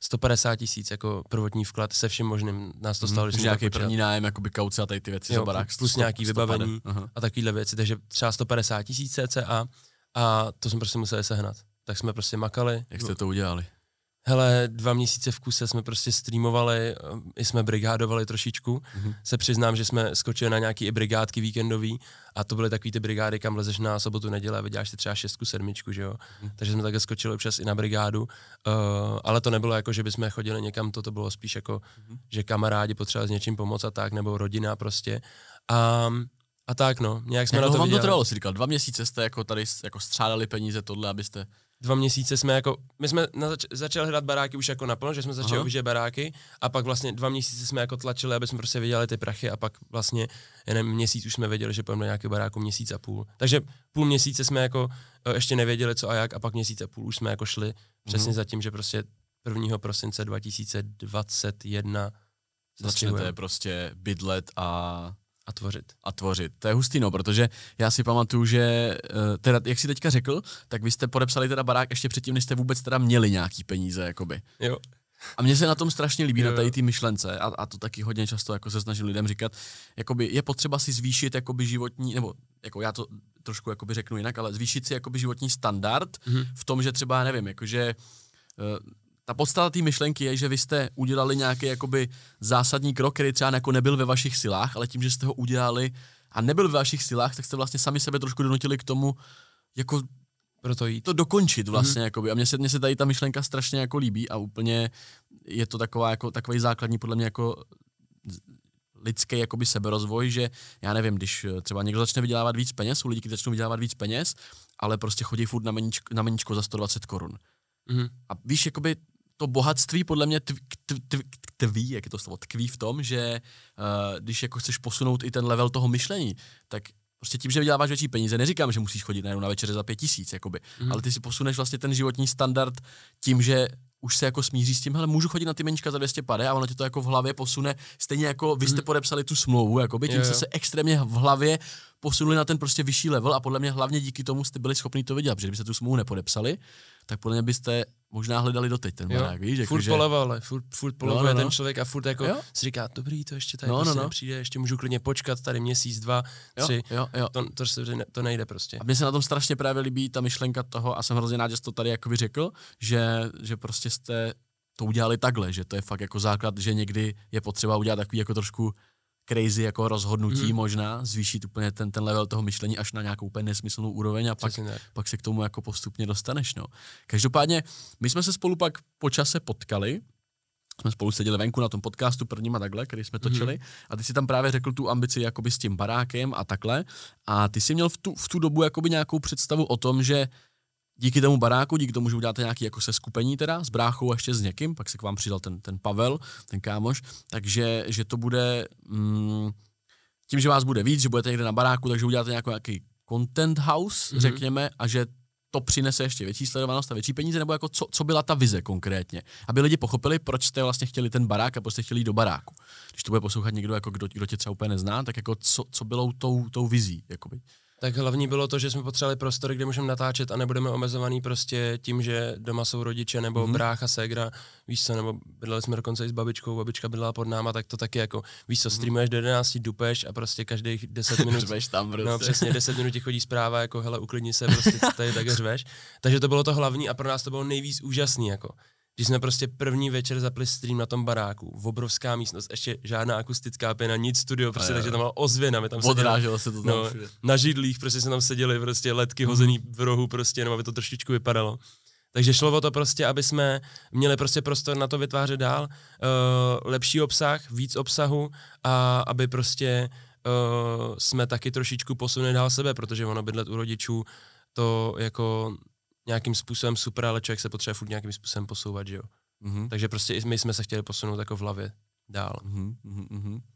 sto padesát tisíc jako prvotní vklad se vším možným, nás to stalo, mm, když nějaký první nájem, jakoby kauce a tady ty věci za barák. Plus nějaký vybavení a takovýhle věci, takže třeba sto padesát tisíc cca a to jsme prostě museli sehnat. Tak jsme prostě makali. Jak jste to udělali? Hele, dva měsíce v kuse jsme prostě streamovali, i jsme brigádovali trošičku. Mm-hmm. Se přiznám, že jsme skočili na nějaký i brigádky víkendový a to byly takový ty brigády, kam lezeš na sobotu, neděle a vyděláš si třeba šestku, sedmičku, že jo. Mm-hmm. Takže jsme takhle skočili občas i na brigádu, uh, ale to nebylo jako, že bychom chodili někam, to, to bylo spíš jako, mm-hmm. že kamarádi potřebovali s něčím pomoct a tak, nebo rodina prostě. A, a tak no, nějak jsme Jak na to vám vydělali. to trvalo, si říkal, dva měsíce jste jako tady jako střádali peníze tohle, abyste... Dva měsíce jsme jako, my jsme na zač- začali hledat baráky už jako naplno, že jsme začali objíždět baráky a pak vlastně dva měsíce jsme jako tlačili, aby jsme prostě vydělali ty prachy a pak vlastně jen měsíc už jsme věděli, že půjdeme do nějakého baráku měsíc a půl. Takže půl měsíce jsme jako ještě nevěděli co a jak a pak měsíc a půl už jsme jako šli přesně mm-hmm. za tím, že prostě prvního prosince dva tisíce dvacet jedna začnete prostě bydlet a... A tvořit. A tvořit. To je hustý, no, protože já si pamatuju, že, teda, jak jsi teďka řekl, tak vy jste podepsali teda barák ještě předtím, než jste vůbec teda měli nějaký peníze, jakoby. Jo. A mně se na tom strašně líbí, jo. na tady ty myšlence, a, a to taky hodně často jako se snažím lidem říkat, jakoby je potřeba si zvýšit jakoby životní, nebo jako já to trošku jakoby řeknu jinak, ale zvýšit si jakoby životní standard mm-hmm. v tom, že třeba, nevím, jakože... Uh, ta podstata té myšlenky je, že vy jste udělali nějaký jakoby zásadní krok, který třeba jako nebyl ve vašich silách, ale tím, že jste ho udělali a nebyl ve vašich silách, tak jste vlastně sami sebe trošku donutili k tomu, jako proto jít. To dokončit vlastně, mm-hmm. jakoby. A mně se, mně se tady ta myšlenka strašně jako líbí a úplně je to taková jako, takový základní podle mě jako lidský jakoby seberozvoj, že já nevím, když třeba někdo začne vydělávat víc peněz, jsou lidi, kteří začnou vydělávat víc peněz, ale prostě chodí furt na meníčko, na meníčko za sto dvacet korun. Mm-hmm. A víš, jakoby to bohatství podle mě tv, tv, tv, tví, jak je to slovo, tkví v tom, že uh, když jako chceš posunout i ten level toho myšlení, tak prostě tím, že vyděláváš větší peníze, neříkám, že musíš chodit najednou na večeře za pět tisíc, jakoby, mm. ale ty si posuneš vlastně ten životní standard tím, že už se jako smíří s tím, hele, můžu chodit na ty meníčka za dvě stě padesát a ono tě to jako v hlavě posune, stejně jako vy jste mm. podepsali tu smlouvu, jakoby, tím jste se extrémně v hlavě posunuli na ten prostě vyšší level a podle mě hlavně díky tomu jste byli schopni to vydělat, protože kdybyste tu smlouvu nepodepsali, tak podle mě byste možná hledali doteď ten barák, víš? Jako, furt že... polevale, furt, furt polevuje no, no, no. ten člověk a furt jako jo? si říká, dobrý, to ještě tady no, prostě no, no. nepřijde, ještě můžu klidně počkat tady měsíc, dva, tři, jo, jo, jo. To, to, to nejde prostě. A mně se na tom strašně právě líbí ta myšlenka toho a jsem hrozně rád, že jsi to tady jako vyřekl, že, že prostě jste to udělali takhle, že to je fakt jako základ, že někdy je potřeba udělat takový jako trošku crazy jako rozhodnutí hmm. možná, zvýšit úplně ten, ten level toho myšlení až na nějakou úplně nesmyslnou úroveň a pak, pak se k tomu jako postupně dostaneš, no. Každopádně, my jsme se spolu pak po čase potkali, jsme spolu seděli venku na tom podcastu prvním a takhle, který jsme točili hmm. a ty si tam právě řekl tu ambici jakoby s tím barákem a takhle a ty si měl v tu, v tu dobu jakoby nějakou představu o tom, že díky tomu baráku, díky tomu, že uděláte nějaké jako seskupení teda s bráchou a ještě s někým, pak se k vám přidal ten, ten Pavel, ten kámoš, takže že to bude mm, tím, že vás bude víc, že budete někde na baráku, takže uděláte nějaký content house, mm-hmm. řekněme, a že to přinese ještě větší sledovanost a větší peníze, nebo jako co, co byla ta vize konkrétně, aby lidi pochopili, proč jste vlastně chtěli ten barák a proč jste chtěli jít do baráku. Když to bude poslouchat někdo, jako kdo, kdo tě třeba úplně nezná, tak jako co, co bylo tou, tou vizí, jakoby. Tak hlavní bylo to, že jsme potřebovali prostory, kde můžeme natáčet a nebudeme omezovaný prostě tím, že doma jsou rodiče nebo mm-hmm. brácha, ségra, víš co, nebo bydleli jsme dokonce i s babičkou, babička bydlela pod náma, tak to taky jako, víš co, streamuješ do jedenácti, dupeš a prostě každých deset minut, řveš tam prostě. No přesně, deset minut ti chodí zpráva, jako hele, uklidni se, prostě tady tak řveš. Takže to bylo to hlavní a pro nás to bylo nejvíc úžasný, jako. Když jsme prostě první večer zapli stream na tom baráku, obrovská místnost, ještě žádná akustická pěna, nic studio, prostě, takže tam byla ozvěna, my tam odráželo se to tam no, na židlích, prostě jsme tam seděli, prostě ledky hozený v rohu, prostě, jenom aby to trošičku vypadalo. Takže šlo o to prostě, aby jsme měli prostě prostor na to vytvářet dál, uh, lepší obsah, víc obsahu a aby prostě uh, jsme taky trošičku posunuli dál sebe, protože ono bydlet u rodičů, to jako nějakým způsobem super, ale člověk se potřebuje furt nějakým způsobem posouvat, že jo. Mm-hmm. Takže prostě i my jsme se chtěli posunout jako v hlavě dál. Mm-hmm, mm-hmm.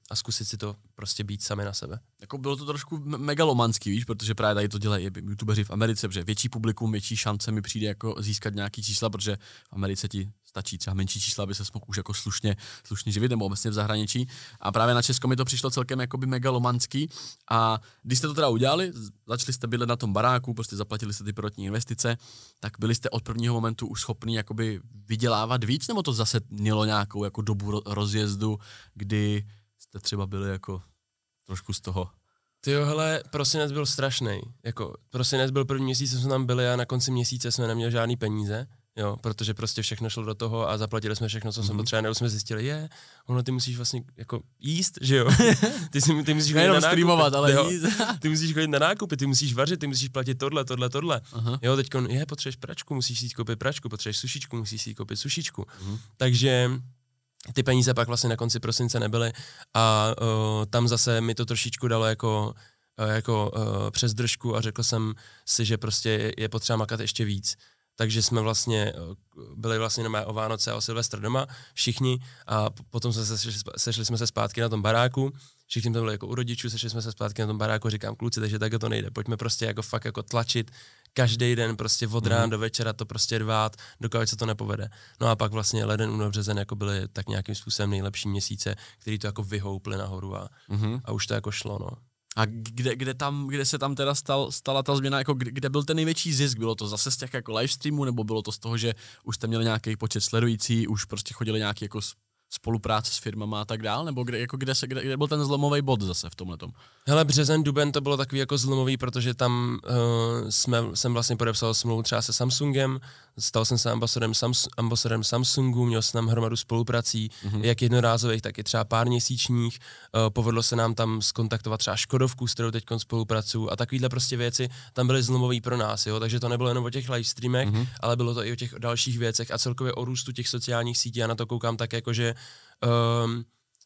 a zkusit si to prostě být sami na sebe. Jako bylo to trošku megalomanský, víš, protože právě tady to dělají youtubeři v Americe, protože větší publikum, větší šance mi přijde jako získat nějaký čísla, protože v Americe ti stačí třeba menší čísla, aby se mohl už jako slušně, slušně živit, nebo obecně v zahraničí. A právě na Česko mi to přišlo celkem jakoby megalomanský. A když jste to teda udělali, začali jste bydlet na tom baráku, prostě zaplatili jste ty prvotní investice, tak byli jste od prvního momentu už schopni jakoby vydělávat víc, nebo to zase mělo nějakou jako dobu rozjezdu, kdy jste třeba byli jako trošku z toho? Tyjo, hele, prosinec byl strašný. Jako, prosinec byl první měsíc, co jsme tam byli a na konci měsíce jsme neměli žádný peníze, jo, protože prostě všechno šlo do toho a zaplatili jsme všechno, co mm-hmm. jsme potřebovali, nebo jsme zjistili, je, ono ty musíš vlastně jako jíst, že jo. Ty, si, ty musíš chodit na nákupy, streamovat, ale jo. jíst. Ty musíš chodit na nákupy, ty musíš vařit, ty musíš platit tohle, tohle, tohle. Aha. Jo, teďkon, je, potřebuješ pračku, musíš si koupit pračku, potřebuješ sušičku, musíš si koupit sušičku. Mm-hmm. Takže ty peníze pak vlastně na konci prosince nebyly a uh, tam zase mi to trošičku dalo jako, uh, jako uh, přes držku a řekl jsem si, že prostě je, je potřeba makat ještě víc. Takže jsme vlastně uh, byli vlastně doma o Vánoce a o Silvestr doma, všichni, a p- potom jsme se sešli, sešli jsme se zpátky na tom baráku, všichni tam byli jako u rodičů, sešli jsme se zpátky na tom baráku a říkám, kluci, takže tak to nejde, pojďme prostě jako fakt jako tlačit, každý den prostě od rána mm. do večera to prostě rvát, dokud se to nepovede. No a pak vlastně leden, únor, březen jako byly tak nějakým způsobem nejlepší měsíce, který to jako vyhouply nahoru a, mm. a už to jako šlo, no. A kde, kde, tam, kde se tam teda stal, stala ta změna, jako kde, kde byl ten největší zisk? Bylo to zase z těch jako livestreamů, nebo bylo to z toho, že už jste měli nějaký počet sledující, už prostě chodili nějaký jako spolupráce s firmama a tak dál, nebo kde, jako kde, se, kde, kde byl ten zlomový bod zase v tomhletom? Hele, březen, duben to bylo takový jako zlomový, protože tam uh, jsme, jsem vlastně podepsal smlouvu třeba se Samsungem, stal jsem se ambasadorem, Sams, ambasadorem Samsungu, měl jsem tam hromadu spoluprací, mm-hmm. jak jednorázových, tak i třeba pár měsíčních, uh, povedlo se nám tam skontaktovat třeba Škodovku, s kterou teď spolupracuju a takovýhle prostě věci tam byly zlomový pro nás, jo, takže to nebylo jenom o těch livestreamech, mm-hmm. ale bylo to i o těch dalších věcech a celkově o růstu těch sociálních sítí, já na to koukám tak jako, že Um,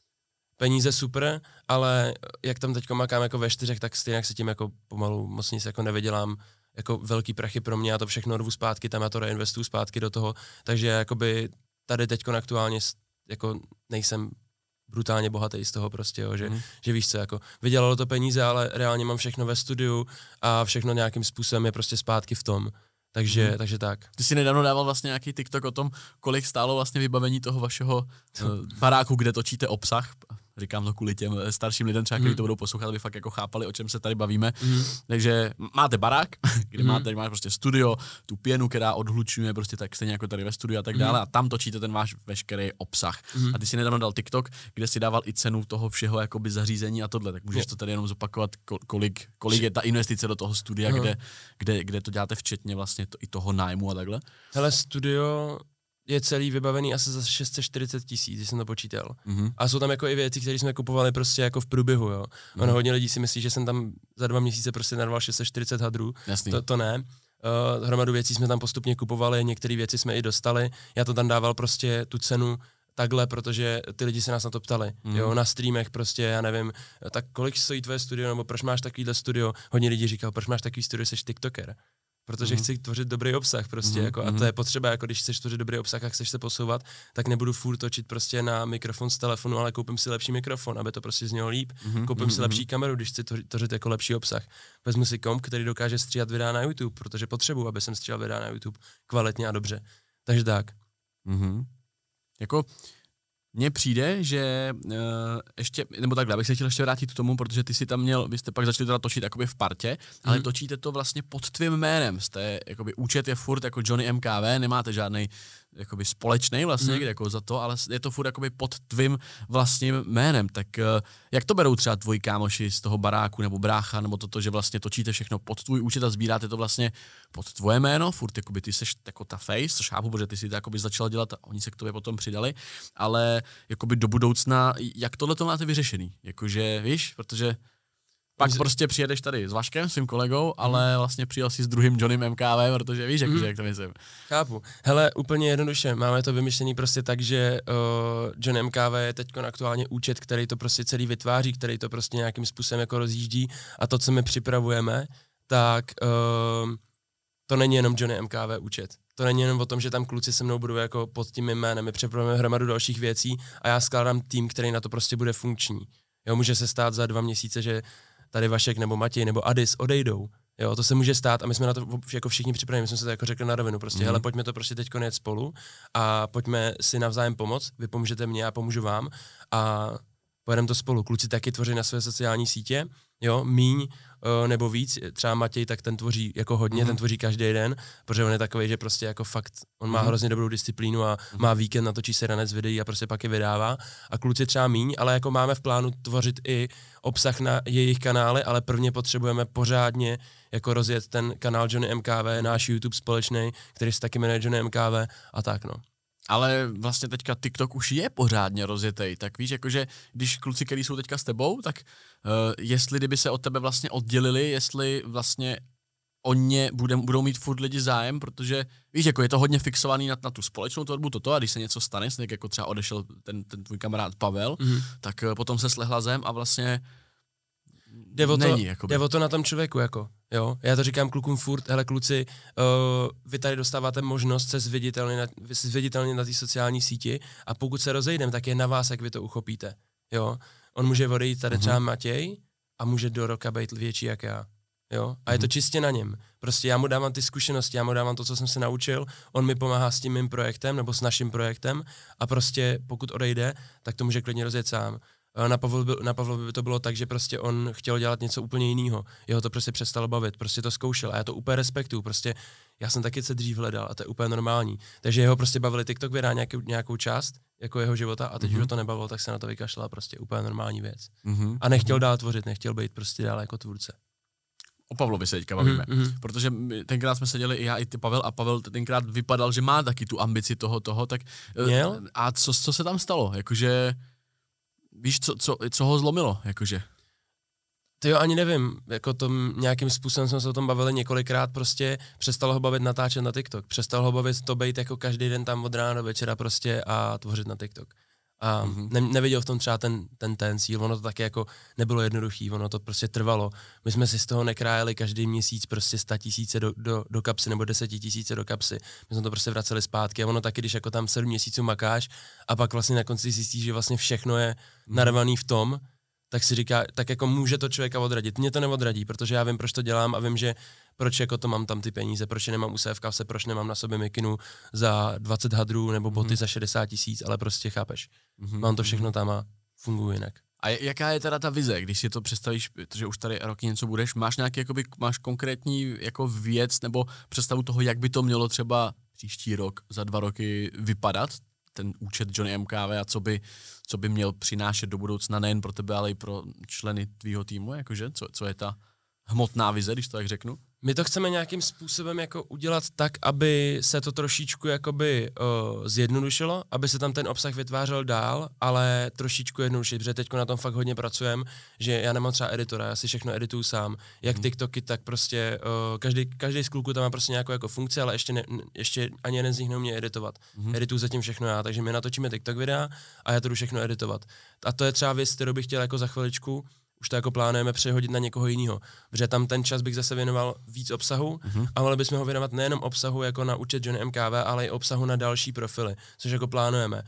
peníze super, ale jak tam teďko makám jako ve čtyřech, tak stejně se tím jako pomalu moc nic jako nevydělám, jako velký prachy pro mě, já to všechno rvu zpátky, tam já to reinvestuju zpátky do toho, takže jakoby tady teďko aktuálně jako nejsem brutálně bohatý z toho prostě, jo, že, mm. že víš co, jako vydělalo to peníze, ale reálně mám všechno ve studiu a všechno nějakým způsobem je prostě zpátky v tom. Takže, hmm. takže tak. Ty jsi nedávno dával vlastně nějaký TikTok o tom, kolik stálo vlastně vybavení toho vašeho uh, baráku, kde točíte obsah. Říkám to kvůli těm starším lidem třeba, kteří hmm. to budou poslouchat, aby fakt jako chápali, o čem se tady bavíme. Hmm. Takže máte barák, kde hmm. máte, máš prostě studio, tu pěnu, která odhlučňuje prostě tak stejně jako tady ve studiu a tak dále, hmm. a tam točíte ten váš veškerý obsah. Hmm. A ty si nedávno dal TikTok, kde si dával i cenu toho všeho jakoby zařízení a tohle, tak můžeš no. to tady jenom zopakovat, kolik, kolik je ta investice do toho studia, no. kde, kde, kde to děláte včetně vlastně to, i toho nájmu a takhle? Hele, studio je celý vybavený asi za šest set čtyřicet tisíc, když jsem to počítal. Mm-hmm. A jsou tam jako i věci, které jsme kupovali prostě jako v průběhu, jo. Mm-hmm. Ono hodně lidí si myslí, že jsem tam za dva měsíce prostě narval šest set čtyřicet hadrů. To, to ne. Uh, hromadu věcí jsme tam postupně kupovali, některé věci jsme i dostali. Já to tam dával prostě tu cenu takhle, protože ty lidi se nás na to ptali, mm. jo, na streamech prostě, já nevím, tak kolik stojí tvoje studio, nebo proč máš takovýhle studio, hodně lidí říkal, proč máš takový studio, jsi tiktoker, protože mm. chci tvořit dobrý obsah prostě, mm. jako, a to je potřeba, jako když chceš tvořit dobrý obsah a chceš se posouvat, tak nebudu furt točit prostě na mikrofon z telefonu, ale koupím si lepší mikrofon, aby to prostě znělo líp, mm. koupím mm. si lepší kameru, když chci tvořit jako lepší obsah, vezmu si komp, který dokáže stříhat videa na YouTube, protože potřebuji, aby jsem stříhal videa na YouTube kvalitně a dobře, takže tak. Mm. Jako mně přijde, že uh, ještě, nebo takhle, abych se chtěl ještě vrátit k tomu, protože ty si tam měl, vy jste pak začali teda točit jakoby v partě, ale mm. točíte to vlastně pod tvým jménem, jste, jakoby účet je furt jako Johnny M K V, nemáte žádnej jakoby společnej vlastně, mm. jako za to, ale je to furt jakoby pod tvým vlastním jménem, tak uh, jak to berou třeba tvoji kámoši z toho baráku nebo brácha, nebo toto, že vlastně točíte všechno pod tvůj účet a sbíráte to vlastně pod tvoje jméno, furt jakoby ty seš jako ta face, což chápu, protože ty si to jakoby začal dělat a oni se k tobě potom přidali, ale jakoby do budoucna, jak tohle to máte vyřešený, jakože víš, protože pak prostě přijedeš tady s Vaškem, svým kolegou, ale vlastně přijel si s druhým Johnnym M K V, protože víš, jakože, jak to myslím. Chápu. Hele, úplně jednoduše, máme to vymyšlený prostě tak, že uh, John M K V je teď aktuálně účet, který to prostě celý vytváří, který to prostě nějakým způsobem jako rozjíždí a to, co my připravujeme, tak uh, to není jenom Johnny M K V účet. To není jenom o tom, že tam kluci se mnou budou jako pod tím jménem, my připravujeme hromadu dalších věcí a já skládám tým, který na to prostě bude funkční. Jo, může se stát za dva měsíce, že tady Vašek nebo Matěj nebo Adis odejdou. Jo, to se může stát a my jsme na to jako všichni připraveni, my jsme se to jako řekli na rovinu, prostě, mm. hele, pojďme to prostě teďko nejet spolu a pojďme si navzájem pomoct, vy pomůžete mně, já pomůžu vám a pojedeme to spolu. Kluci taky tvoří na své sociální sítě, jo, míň uh, nebo víc, třeba Matěj, tak ten tvoří jako hodně, mm. ten tvoří každý den, protože on je takový, že prostě jako fakt, on má mm. hrozně dobrou disciplínu a mm. má víkend, natočí se ranec videí a prostě pak je vydává a kluci třeba míň, ale jako máme v plánu tvořit i obsah na jejich kanály, ale prvně potřebujeme pořádně jako rozjet ten kanál Johnny M K V, náš YouTube společný, který se taky jmenuje Johnny M K V a tak no. Ale vlastně teďka TikTok už je pořádně rozjetej, tak víš, jakože když kluci, kteří jsou teďka s tebou, tak uh, jestli kdyby se od tebe vlastně oddělili, jestli vlastně o ně bude, budou mít furt lidi zájem, protože víš, jako je to hodně fixovaný na, na tu společnou tvorbu toto a když se něco stane, tak jako třeba odešel ten, ten tvůj kamarád Pavel, mm-hmm. tak uh, potom se slehla zem a vlastně Jde o, to, není, jde o to na tom člověku, jako, jo. Já to říkám klukům furt, hele kluci, uh, vy tady dostáváte možnost se zviditelnit na, zviditelnit na té sociální síti a pokud se rozejdeme, tak je na vás, jak vy to uchopíte, jo. On může odejít tady uh-huh. třeba Matěj a může do roka být větší jak já, jo. A uh-huh. je to čistě na něm. Prostě já mu dávám ty zkušenosti, já mu dávám to, co jsem se naučil, on mi pomáhá s tím mým projektem nebo s naším projektem a prostě pokud odejde, tak to může klidně rozjet sám. Na Pavlovi, na Pavlovi by to bylo tak, že prostě on chtěl dělat něco úplně jiného. Jeho to prostě přestalo bavit, prostě to zkoušel a já to úplně respektuju, prostě já jsem taky se dřív hledal a to je úplně normální. Takže jeho prostě bavili TikTok vydá nějakou, nějakou část jako jeho života a teď mm-hmm. už ho to nebavilo, tak se na to vykašlala, prostě úplně normální věc. Mm-hmm. A nechtěl dál tvořit, nechtěl být prostě dál jako tvůrce. O Pavlovi se teďka bavíme, mm-hmm. protože tenkrát jsme seděli i já, i ty Pavel a Pavel tenkrát vypadal, že má taky tu ambici toho, toho, tak Měl? A co, co se tam stalo, jakože víš, co, co, co ho zlomilo, jakože? To jo, ani nevím, jako tom nějakým způsobem jsme se o tom bavili několikrát, prostě přestalo ho bavit natáčet na TikTok, přestalo ho bavit to být jako každý den tam od rána do večera prostě a tvořit na TikTok. A mm-hmm. ne, neviděl v tom třeba ten, ten, ten cíl, ono to taky jako nebylo jednoduchý, ono to prostě trvalo. My jsme si z toho nekrájeli každý měsíc prostě sta tisíce do, do, do kapsy nebo desetitisíce do kapsy. My jsme to prostě vraceli zpátky a ono taky, když jako tam sedm měsíců makáš a pak vlastně na konci zjistíš, že vlastně všechno je mm-hmm. narvaný v tom, tak si říká, tak jako může to člověka odradit. Mě to neodradí, protože já vím, proč to dělám a vím, že proč jako to mám tam ty peníze, proč je nemám u sebe v kapse, proč nemám na sobě mikinu za dvacet hadrů nebo boty mm-hmm. za šedesát tisíc, ale prostě chápeš. Mm-hmm. Mám to všechno tam a funguje jinak. A jaká je teda ta vize, když si to představíš, protože už tady roky něco budeš, máš nějaký, jakoby, máš konkrétní jako věc nebo představu toho, jak by to mělo třeba příští rok, za dva roky vypadat, ten účet Johnny M K V a co by, co by měl přinášet do budoucna nejen pro tebe, ale i pro členy tvýho týmu, jakože, co, co je ta hmotná vize, když to tak řeknu? My to chceme nějakým způsobem jako udělat tak, aby se to trošičku jakoby uh, zjednodušilo, aby se tam ten obsah vytvářel dál, ale trošičku jednodušit, protože teď na tom fakt hodně pracujeme, že já nemám třeba editora, já si všechno edituju sám, jak hmm. TikToky, tak prostě uh, každý, každý z kluků tam má prostě nějakou jako funkci, ale ještě, ne, ještě ani jeden z nich neumí editovat. Hmm. Edituju zatím všechno já, takže my natočíme TikTok videa a já to jdu všechno editovat. A to je třeba věc, kterou bych chtěl jako za chviličku už to jako plánujeme přehodit na někoho jiného, protože tam ten čas bych zase věnoval víc obsahu mm-hmm. a mohli bychom ho věnovat nejenom obsahu jako na účet Johnny M K V, ale i obsahu na další profily, což jako plánujeme.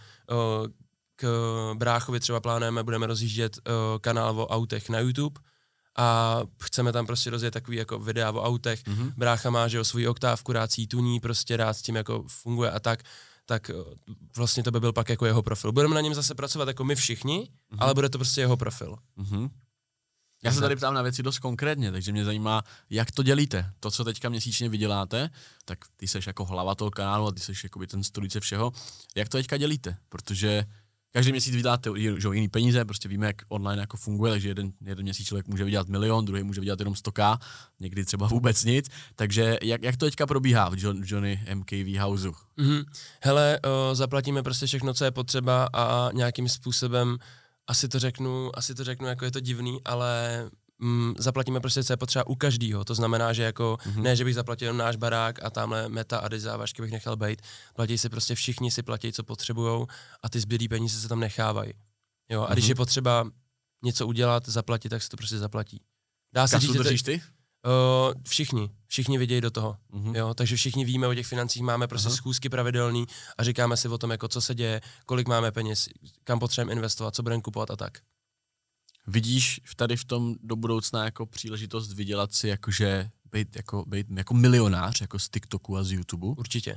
K bráchovi třeba plánujeme, budeme rozjíždět kanál o autech na YouTube a chceme tam prostě rozjet takový jako videa o autech. Mm-hmm. Brácha má, že jo, svůj oktávku, rád si tuní, prostě rád s tím jako funguje a tak. tak vlastně to by byl pak jako jeho profil. Budeme na něm zase pracovat jako my všichni, mm-hmm. ale bude to prostě jeho profil. Mm-hmm. Já se tady ptám na věci dost konkrétně, takže mě zajímá, jak to dělíte. To, co teďka měsíčně vyděláte, tak ty seš jako hlava toho kanálu a ty seš jakoby ten strůjce všeho. Jak to teďka dělíte? Protože každý měsíc vyděláte že jiný peníze, prostě víme, jak online jako funguje, takže jeden, jeden měsíc člověk může vydělat milion, druhý může vydělat jenom sto tisíc, někdy třeba vůbec nic. Takže jak, jak to teďka probíhá v John, Johnny M K V Houseu? Mm-hmm. Hele, o, zaplatíme prostě všechno, co je potřeba a nějakým způsobem asi to řeknu, asi to řeknu, jako je to divný, ale mm, zaplatíme prostě, co je potřeba u každýho. To znamená, že jako mm-hmm. ne, že bych zaplatil jenom náš barák a tamhle Meta a Vašky bych nechal bejt. Platí si prostě všichni, si platí, co potřebujou a ty zbylý peníze se tam nechávají. Jo, a mm-hmm. když je potřeba něco udělat, zaplatit, tak se to prostě zaplatí. Dá se říct, držíš ty? Uh, všichni, všichni vidějí do toho, uh-huh. jo, takže všichni víme o těch financích, máme prostě uh-huh. schůzky pravidelný a říkáme si o tom, jako co se děje, kolik máme peněz, kam potřebujeme investovat, co budeme kupovat a tak. Vidíš tady v tom do budoucna jako příležitost vydělat si jakože být jako, být jako milionář jako z TikToku a z YouTube? Určitě.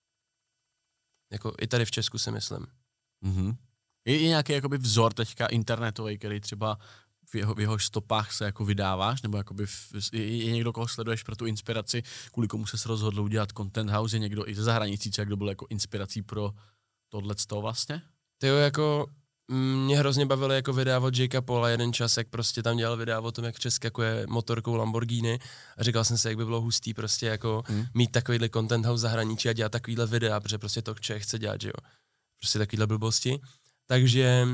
Jako i tady v Česku si myslím. Mm-hmm. Je, je nějaký jakoby vzor teďka internetový, který třeba v jeho, v jeho stopách se jako vydáváš, nebo jakoby v, je, je někdo, koho sleduješ pro tu inspiraci, kvůli komu se rozhodl udělat Content House, je někdo i ze zahraničí, třeba kdo byl jako inspirací pro tohleto vlastně? Tyjo, jako mě hrozně bavily jako videa od Jakea Paula jeden čas, jak prostě tam dělal videa o tom, jak přeskakuje motorkou Lamborghini a říkal jsem si, jak by bylo hustý prostě jako hmm. mít takovýhle Content House v zahraničí a dělat takovýhle videa, protože prostě to člověk chce dělat, že jo. Prostě takovýhle blbosti. Takže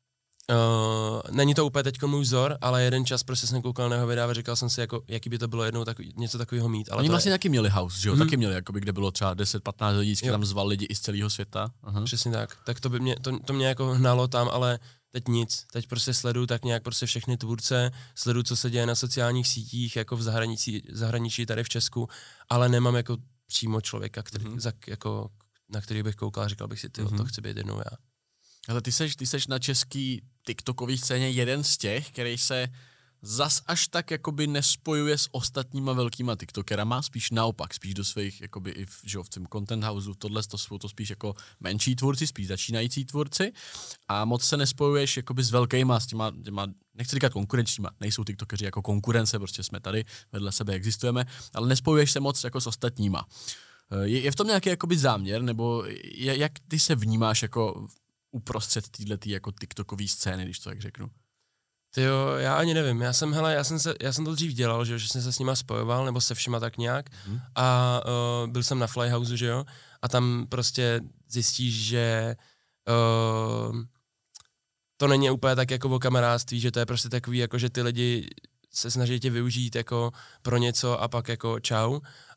uh, není to úplně teďko můj vzor, ale jeden čas prostě jsem koukal na jeho videa a říkal jsem si, jako, jaký by to bylo jednou takový, něco takového mít. Ale oni vlastně je... taky měli house, že jo? Hmm. Taky měli, jakoby, kde bylo třeba deset patnáct lidí, který tam zval lidi i z celého světa. Aha. Přesně tak. Tak to by mě, to, to mě jako hnalo tam, ale teď nic. Teď prostě sleduju tak nějak prostě všechny tvůrce, sleduju, co se děje na sociálních sítích, jako v zahraničí, zahraničí tady v Česku, ale nemám jako přímo člověka, který, hmm. za, jako, na který bych koukal a říkal bych si, tyjo, hmm. to chci být jednou já. Ale ty seš, ty seš na český TikTokový scéně jeden z těch, který se zas až tak jakoby nespojuje s ostatníma velkýma TikTokerama, spíš naopak, spíš do svých, jakoby i v, že v tom Content Houseu, tohle to jsou to spíš jako menší tvůrci, spíš začínající tvůrci a moc se nespojuješ jakoby s velkýma, s těma, těma, nechci říkat konkurenčníma, nejsou TikTokeři jako konkurence, prostě jsme tady, vedle sebe existujeme, ale nespojuješ se moc jako s ostatníma. Je, je v tom nějaký jakoby záměr, nebo je, jak ty se vnímáš jako uprostřed této jako TikTokové scény, když to tak řeknu? Tyjo, já ani nevím, já jsem, hele, já jsem, se, já jsem to dřív dělal, že, že jsem se s nima spojoval, nebo se všema tak nějak hmm. a uh, byl jsem na Flyhouse, že jo, a tam prostě zjistíš, že uh, to není úplně tak jako o kamarádství, že to je prostě takový, jako že ty lidi se snaží tě využít jako pro něco a pak jako čau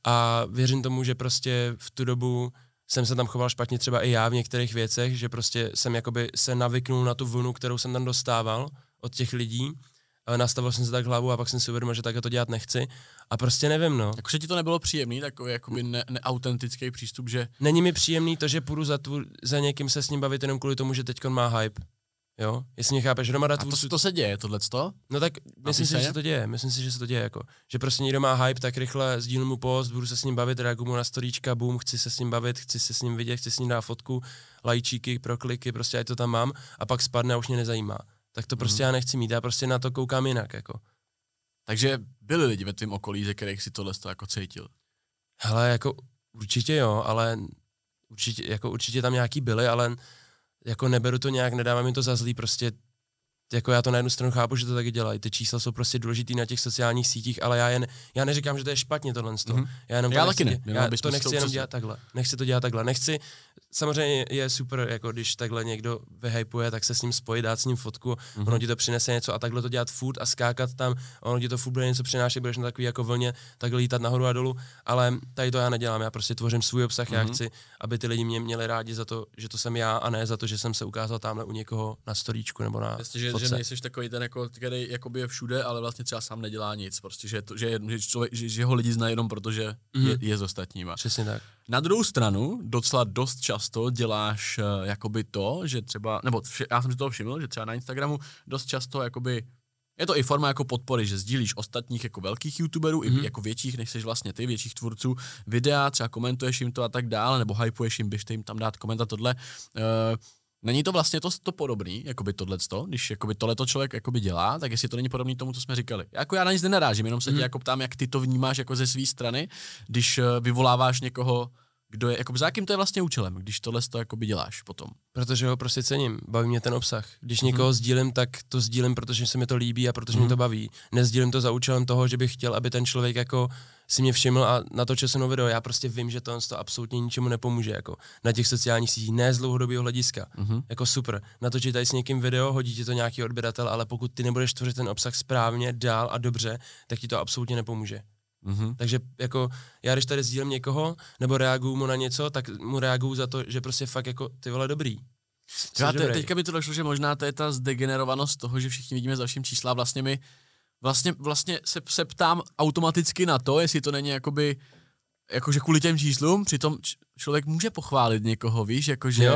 a věřím tomu, že prostě v tu dobu jsem se tam choval špatně třeba i já v některých věcech, že prostě jsem jakoby se navyknul na tu vlnu, kterou jsem tam dostával od těch lidí, nastavil jsem se tak hlavu a pak jsem si uvědomil, že takhle to dělat nechci a prostě nevím, no. Jakože ti to nebylo příjemný, takový jakoby ne, neautentický přístup, že... Není mi příjemný to, že půjdu za, tvůr, za někým se s ním bavit jenom kvůli tomu, že teďkon má hype. Jo, jestli mě chápeš, hromada tvůrců... A to, to se děje, tohleto? No tak myslím si, že se to děje, myslím si, že se to děje, jako. Že prostě někdo má hype, tak rychle sdílím mu post, budu se s ním bavit, reaguju mu na storíčka, boom, chci se s ním bavit, chci se s ním vidět, chci s ním dát fotku, lajčíky, prokliky, prostě ať to tam mám a pak spadne a už mě nezajímá. Tak to prostě mm. já nechci mít, já prostě na to koukám jinak, jako. Takže byli lidi ve tvém okolí, ze kterých si tohle jako cítil? Hele, jako určitě jo, ale určitě, jako určitě tam nějaký byli, ale jako neberu to nějak, nedávám mi to za zlý, prostě jako já to na jednu stranu chápu, že to taky dělají, ty čísla jsou prostě důležitý na těch sociálních sítích, ale já jen, já neříkám, že to je špatně tohle. Mm-hmm. Já, jenom to já nechci, taky ne. Já to nechci jenom dělat takhle, nechci to dělat takhle, nechci, samozřejmě je super, jako když takhle někdo vyhypuje, tak se s ním spojit, dát s ním fotku, mm-hmm. ono ti to přinese něco a takhle to dělat furt a skákat tam, ono ti to furt bude něco přinášet, budeš na takový jako vlně, takhle lítat nahoru a dolů, ale tady to já nedělám, já prostě tvořím svůj obsah, mm-hmm. já chci, aby ty lidi mě měli rádi za to, že to jsem já a ne za to, že jsem se ukázal tamhle u někoho na storíčku nebo na Jasně, že, že nejseš takový ten, jako, který jakoby je všude, ale vlastně třeba sám nedělá nic, prostě, že, to, že, že, člověk, že, že ho lidi znají jenom proto, že mm-hmm. je, je s ostatníma. Přesně tak. Na druhou stranu docela dost často děláš uh, jakoby to, že třeba, nebo vše, já jsem si toho všiml, že třeba na Instagramu dost často jakoby, je to i forma jako podpory, že sdílíš ostatních jako velkých youtuberů, mm-hmm. i jako větších, než seš vlastně ty, větších tvůrců, videa, třeba komentuješ jim to a tak dále, nebo hypuješ jim, běžte jim tam dát koment a tohle. Uh, Není to vlastně to, to podobný, jakoby tohleto, když jakoby tohleto člověk jakoby dělá, tak jestli to není podobný tomu, co jsme říkali. Jako já na nic nenarážím, jenom se tě mm. jako ptám, jak ty to vnímáš jako ze své strany, když vyvoláváš někoho, kdo je, jakoby za jakým to je vlastně účelem, když tohle to jakoby děláš potom. Protože ho prostě cením, baví mě ten obsah. Když mm. někoho sdílím, tak to sdílím, protože se mi to líbí a protože mm. mě to baví. Nezdílím to za účelem toho, že bych chtěl, aby ten člověk jako si mě všiml a natočil se nový video. Já prostě vím, že to, to absolutně ničemu nepomůže, jako na těch sociálních sítích, ne z dlouhodobého hlediska. Mm-hmm. Jako super, natočit tady s někým video, hodí ti to nějaký odběratel, ale pokud ty nebudeš tvořit ten obsah správně, dál a dobře, tak ti to absolutně nepomůže. Mm-hmm. Takže jako já když tady sdílím někoho, nebo reaguju mu na něco, tak mu reaguju za to, že prostě fakt jako ty vole dobrý. Já te, teďka mi to došlo, že možná to je ta zdegenerovanost toho, že všichni vidíme dalším čísla, vlastně mi Vlastně, vlastně se, se ptám automaticky na to, jestli to není jakoby, jakože kvůli těm číslům, přitom č- člověk může pochválit někoho, víš, jakože,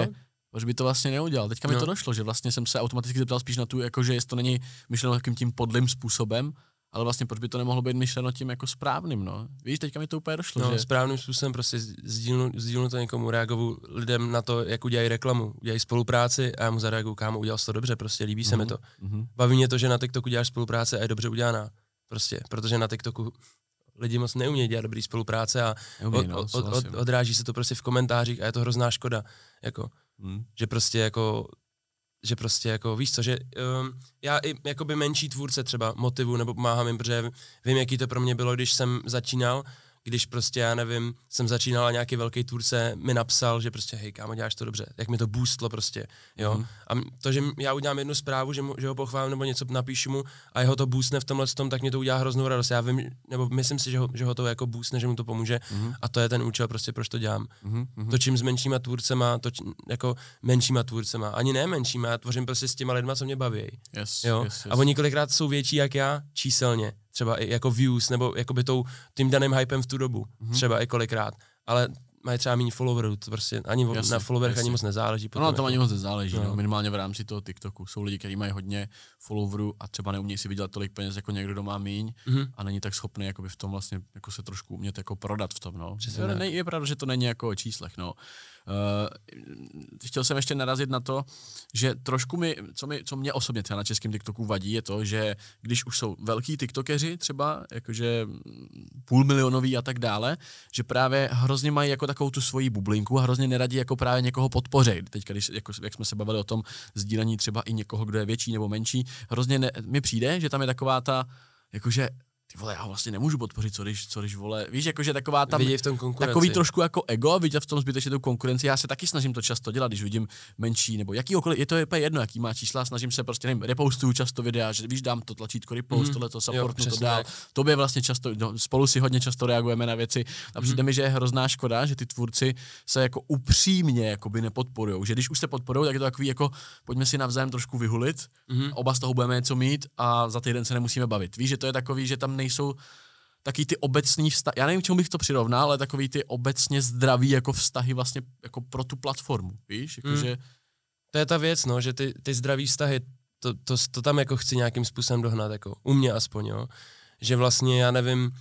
Proč by to vlastně neudělal? Teďka mi No. to došlo, že vlastně jsem se automaticky zeptal spíš na tu, jako že jestli to není myšleno takým tím podlým způsobem, ale vlastně proč by to nemohlo být myšleno tím jako správným, no. Víš, teďka mi to úplně došlo, No, že... správným způsobem prostě sdílnu, sdílnu to někomu, reaguju lidem na to, jak udělají reklamu, udělají spolupráci a já mu zareaguju, kámo, udělal jsi to dobře, prostě líbí se Mhm, mi to. mhm. Baví mě to, že na TikToku děláš spolupráce a je dobře udělaná, prostě, protože na TikToku lidi moc neumějí dělat dobrý spolupráce a Neuměj, od, no, od, od, souhlasím. odráží se to prostě v komentářích a je to hrozná škoda, jako, Mhm. že prostě jako že prostě jako víš co, že um, já i jakoby menší tvůrce třeba motivu nebo pomáhám jim, protože vím, jaký to pro mě bylo, když jsem začínal, když prostě, já nevím, jsem začínal a nějaký velký tvůrce mi napsal, že prostě hej kámo, děláš to dobře, jak mi to boostlo prostě, jo. Mhm. A to, že já udělám jednu zprávu, že, mu, že ho pochválím nebo něco napíšu mu a jeho to boostne v tomhle tom, tak mě to udělá hroznou radost. Já vím, nebo myslím si, že ho, že ho to jako boostne, že mu to pomůže Mhm. a to je ten účel prostě, proč to dělám. Mhm, mhm. To čím s menšíma tvůrcema, to či, jako menšíma tvůrcema, ani ne menšíma, já tvořím prostě s těma lidma, co mě baví. Yes, Jo? yes, yes. A oni kolikrát jsou větší jak já číselně, třeba i jako views, nebo jakoby tou, tím daným hypem v tu dobu, Mhm. třeba i kolikrát, ale mají třeba méně followerů, to prostě ani vo- Jasně, na followerech ani jasně. moc nezáleží. No, na tom jako. ani moc nezáleží, no. No. Minimálně v rámci toho TikToku. Jsou lidi, kteří mají hodně followerů a třeba neumějí si vydělat tolik peněz jako někdo, kdo má míň Mhm. a není tak schopný jakoby v tom vlastně jako se trošku umět jako prodat v tom, no. Přesně Je, tak. ne, je pravda, že to není jako o číslech, no. Uh, chtěl jsem ještě narazit na to, že trošku mi, co, mi, co mě osobně třeba na českém TikToku vadí, je to, že když už jsou velký TikTokeři třeba, jakože půlmilionoví a tak dále, že právě hrozně mají jako takovou tu svoji bublinku a hrozně neradí jako právě někoho podpořit. Teďka, když, jako, jak jsme se bavili o tom sdílení třeba i někoho, kdo je větší nebo menší, hrozně ne, mi přijde, že tam je taková ta, jakože ty vole, já ho vlastně nemůžu podpořit, co když, co když vole, víš, jakože taková tam, Vidí v tom konkurenci. takový trošku jako ego, vidět v tom zbytečně tu konkurenci, já se taky snažím to často dělat, když vidím menší, nebo jakýkoliv, je to úplně jedno, jaký má čísla, snažím se prostě, nevím, repostuju často videa, že víš, dám to tlačítko repost, Mhm. tohle to Jo, supportnu to přesně dál, tak. tobě vlastně často, no, spolu si hodně často reagujeme na věci a přijde mi, že je hrozná škoda, že ty tvůrci se jako upřímně jakoby nepodporujou, že když už se podporují, tak je to takový jako, pojďme si navzájem trošku vyhulit, Mhm. oba z toho budeme něco mít a za týden se nemusíme bavit. Víš, že to je takový, že tam nejsou taky ty obecní vztahy, já nevím, čemu bych to přirovnal, ale takový ty obecně zdraví jako vztahy vlastně jako pro tu platformu, víš, jakože... Mm. To je ta věc, no, že ty, ty zdraví vztahy, to, to, to tam jako chci nějakým způsobem dohnat, jako u mě aspoň, jo. Že vlastně, já nevím,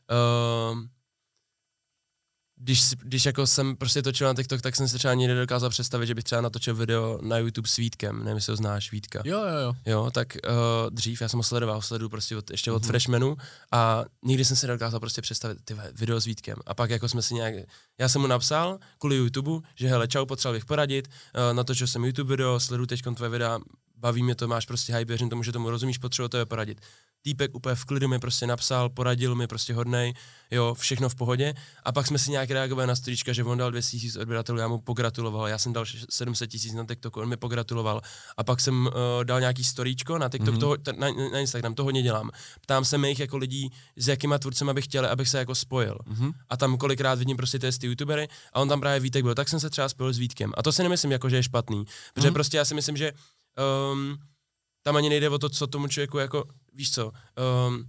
uh, když, si- když jako jsem prostě točil na TikTok, tak jsem si třeba nikdy nedokázal představit, že bych třeba natočil video na YouTube s Vítkem, nevím, jestli ho znáš, Vítka. Jo, jo, jo. Jo, tak uh, dřív, já jsem ho sledoval, sleduju prostě od, ještě od Mhm. mm-hmm. Freshmanu a nikdy jsem si nedokázal prostě představit ty vole, video s Vítkem. A pak jako jsme si nějak, já jsem mu napsal kvůli YouTube, že hele, čau, potřeboval bych poradit, uh, natočil jsem YouTube video, sleduju teď tvoje videa, baví mě to, máš prostě hype, věřím tomu, že tomu rozumíš, potřebuji tebe poradit. Týpek úplně v klidu mi prostě napsal, poradil mi prostě hodnej, jo, všechno v pohodě. A pak jsme si nějak reagovali na storíčka, že on dal dvě stě tisíc odběratelů, já mu pogratuloval, já jsem dal sedm set tisíc na TikToku, on mi pogratuloval. A pak jsem uh, dal nějaký storíčko na TikTok, mm-hmm. toho, t- na, na Instagram, to hodně dělám. Ptám se mých jako lidí, s jakýma tvůrcema bych chtěl, abych se jako spojil. Mhm. A tam kolikrát vidím prostě ty, ty youtubery a on tam právě Vítek byl, tak jsem se třeba spojil s Vítkem. A to si nemyslím jako, že je špatný, protože Mhm. prostě já si myslím, že um, tam ani nejde o to, co tomu člověku jako, víš co, um,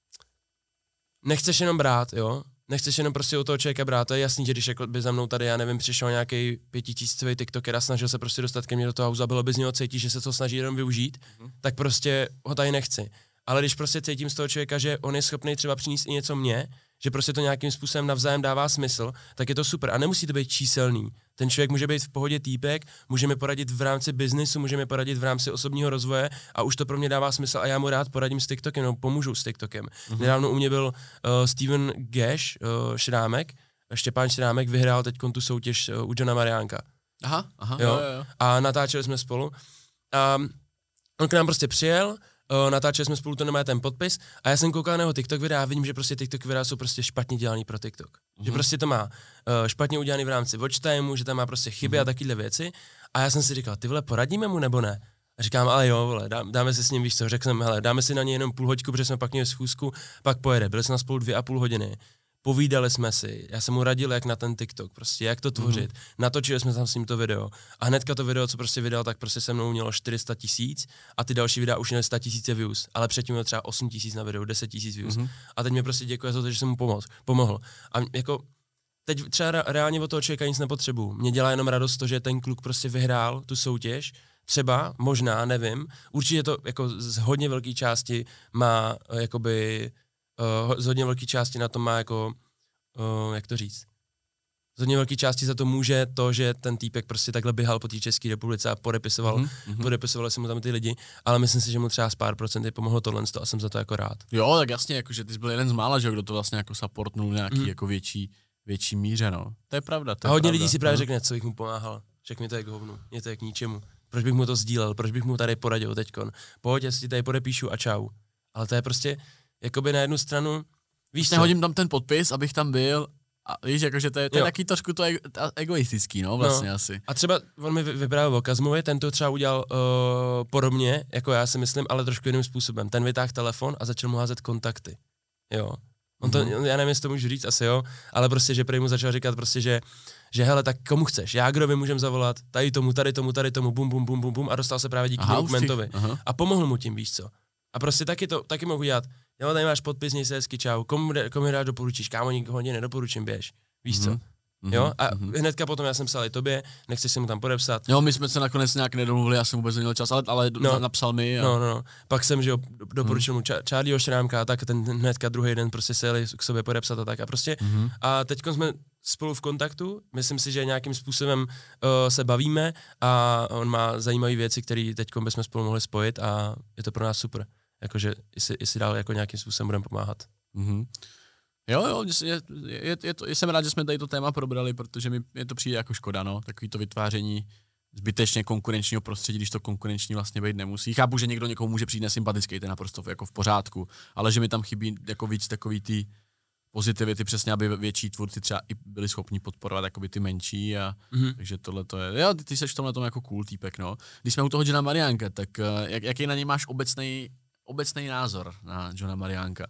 nechceš jenom brát, jo, nechceš jenom prostě u toho člověka brát, to je jasný, že když jako by za mnou tady, já nevím, přišel nějaký pětitisícový TikToker a snažil se prostě dostat ke mně do toho auza, bylo by z něho cítit, že se to snaží jenom využít, Mhm. tak prostě ho tady nechci. Ale když prostě cítím z toho člověka, že on je schopný třeba přinést i něco mně, že prostě to nějakým způsobem navzájem dává smysl, tak je to super. A nemusí to být číselný. Ten člověk může být v pohodě týpek, můžeme poradit v rámci biznisu, můžeme poradit v rámci osobního rozvoje a už to pro mě dává smysl a já mu rád poradím s TikTokem, no pomůžu s TikTokem. Mm-hmm. Nedávno u mě byl uh, Steven Gash, uh, Šrámek, Štěpán Šrámek vyhrál teď tu soutěž uh, u Johna Mariánka. Aha, aha, Jo? jo, jo, jo. A natáčeli jsme spolu. A on k nám prostě přijel, uh, natáčeli jsme spolu, to nemá ten podpis a já jsem koukal na jeho TikTok videa a vidím, že prostě TikTok videa jsou prostě špatně dělaný pro TikTok. Mm-hmm. Že prostě to má uh, špatně udělaný v rámci watch timeu, že tam má prostě chyby mm-hmm. a takovéhle věci. A já jsem si říkal, ty vole, poradíme mu nebo ne? A říkám, ale jo, vole, dá, dáme si s ním, víš co, řekl jsem, hele, dáme si na něj jenom půl hoďku, protože jsme pak měli schůzku, pak pojede. Byli jsme na spolu dvě a půl hodiny. Povídali jsme si, já jsem mu radil, jak na ten TikTok, prostě, jak to tvořit. Mm-hmm. Natočili jsme tam s ním to video. A hnedka to video, co prostě vydal, tak prostě se mnou mělo čtyři sta tisíc a ty další videa už měly sto tisíce views, ale předtím měl třeba osm tisíc na videu, deset tisíc views. Mm-hmm. A teď mi prostě děkuje za to, že jsem mu pomohl. pomohl. A jako, teď třeba reálně od toho člověka nic nepotřebuju. Mě dělá jenom radost to, že ten kluk prostě vyhrál tu soutěž, třeba, možná, nevím, určitě to jako z hodně velké části má, jakoby, uh, z hodně velké části na tom má jako, uh, jak to říct, z hodně velké části za to může to, že ten týpek prostě takhle běhal po té České republice a podepisoval, mm-hmm. podepisovali si mu tam ty lidi, ale myslím si, že mu třeba z pár procent pomohlo tohle a jsem za to jako rád. Jo, tak jasně, jakože ty jsi byl jeden z mála, že kdo to vlastně jako supportnul nějaký mm. jako větší, větší míře, no. To je pravda. To je a hodně pravda. lidí si právě řekne, co bych mu pomáhal, řekl mi to je k hovnu, mě to je k ničemu. Proč bych mu to sdílel, proč bych mu tady poradil teďkon. Pohodě, já si tady podepíšu a čau. Ale to je prostě, jakoby na jednu stranu, víš co? Hodím tam ten podpis, abych tam byl. A víš, jakože to je, to je taky trošku to ego, egoistický, no, vlastně no. asi. A třeba on mi vyprávěl o Kazmovi, ten to třeba udělal uh, podobně, jako já si myslím, ale trošku jiným způsobem. Ten vytáhl telefon a začal mu házet kontakty, jo. On to, mm-hmm. já nevím, jestli to můžu říct, asi jo, ale prostě, že prý mu začal říkat prostě, že, že hele, tak komu chceš, Jágrovi můžem zavolat, tady tomu, tady tomu, tady tomu, bum, bum, bum, bum, bum a dostal se právě díky dokumentovi. A pomohl mu tím, víš co. A prostě taky to, taky mohu dělat. Jo, tady máš podpis, měj se hezky, čau. Komu, komu rád doporučíš? Kámo, nikoho hodně nedoporučím, běž. Víš mm-hmm. co? Jo, a mm-hmm. hnedka potom já jsem psal i tobě, nechceš si mu tam podepsat. Jo, my jsme se nakonec nějak nedomluvili, já jsem vůbec neměl čas, ale, ale no, napsal mi. A... No, no, no. Pak jsem, že jo, doporučil mm. mu Charlieho Šrámka a tak ten hnedka druhý den prostě se jeli k sobě podepsat a tak a prostě. Mm-hmm. A teď jsme spolu v kontaktu, myslím si, že nějakým způsobem uh, se bavíme a on má zajímavé věci, které teď bychom spolu mohli spojit a je to pro nás super. Jakože jestli, jestli dál jako nějakým způsobem budeme pomáhat. Mm-hmm. Jo, jo, je, je, je to, jsem rád, že jsme tady to téma probrali, protože mi je to přijde jako škoda, no, takový to vytváření zbytečně konkurenčního prostředí, když to konkurenční vlastně být nemusí. Chápu, že někdo někomu může přijít nesympatický, to je naprosto jako v pořádku, ale že mi tam chybí jako víc takový ty pozitivity, přesně, aby větší tvůrci třeba i byli schopni podporovat jakoby ty menší a mm-hmm. takže tohle to je. Jo, ty, ty seš v tomhle tom jako cool týpek, no. Když jsme u toho Johna Mariánka, tak jak, jaký na něj máš obecný obecný názor na Johna Mariánka?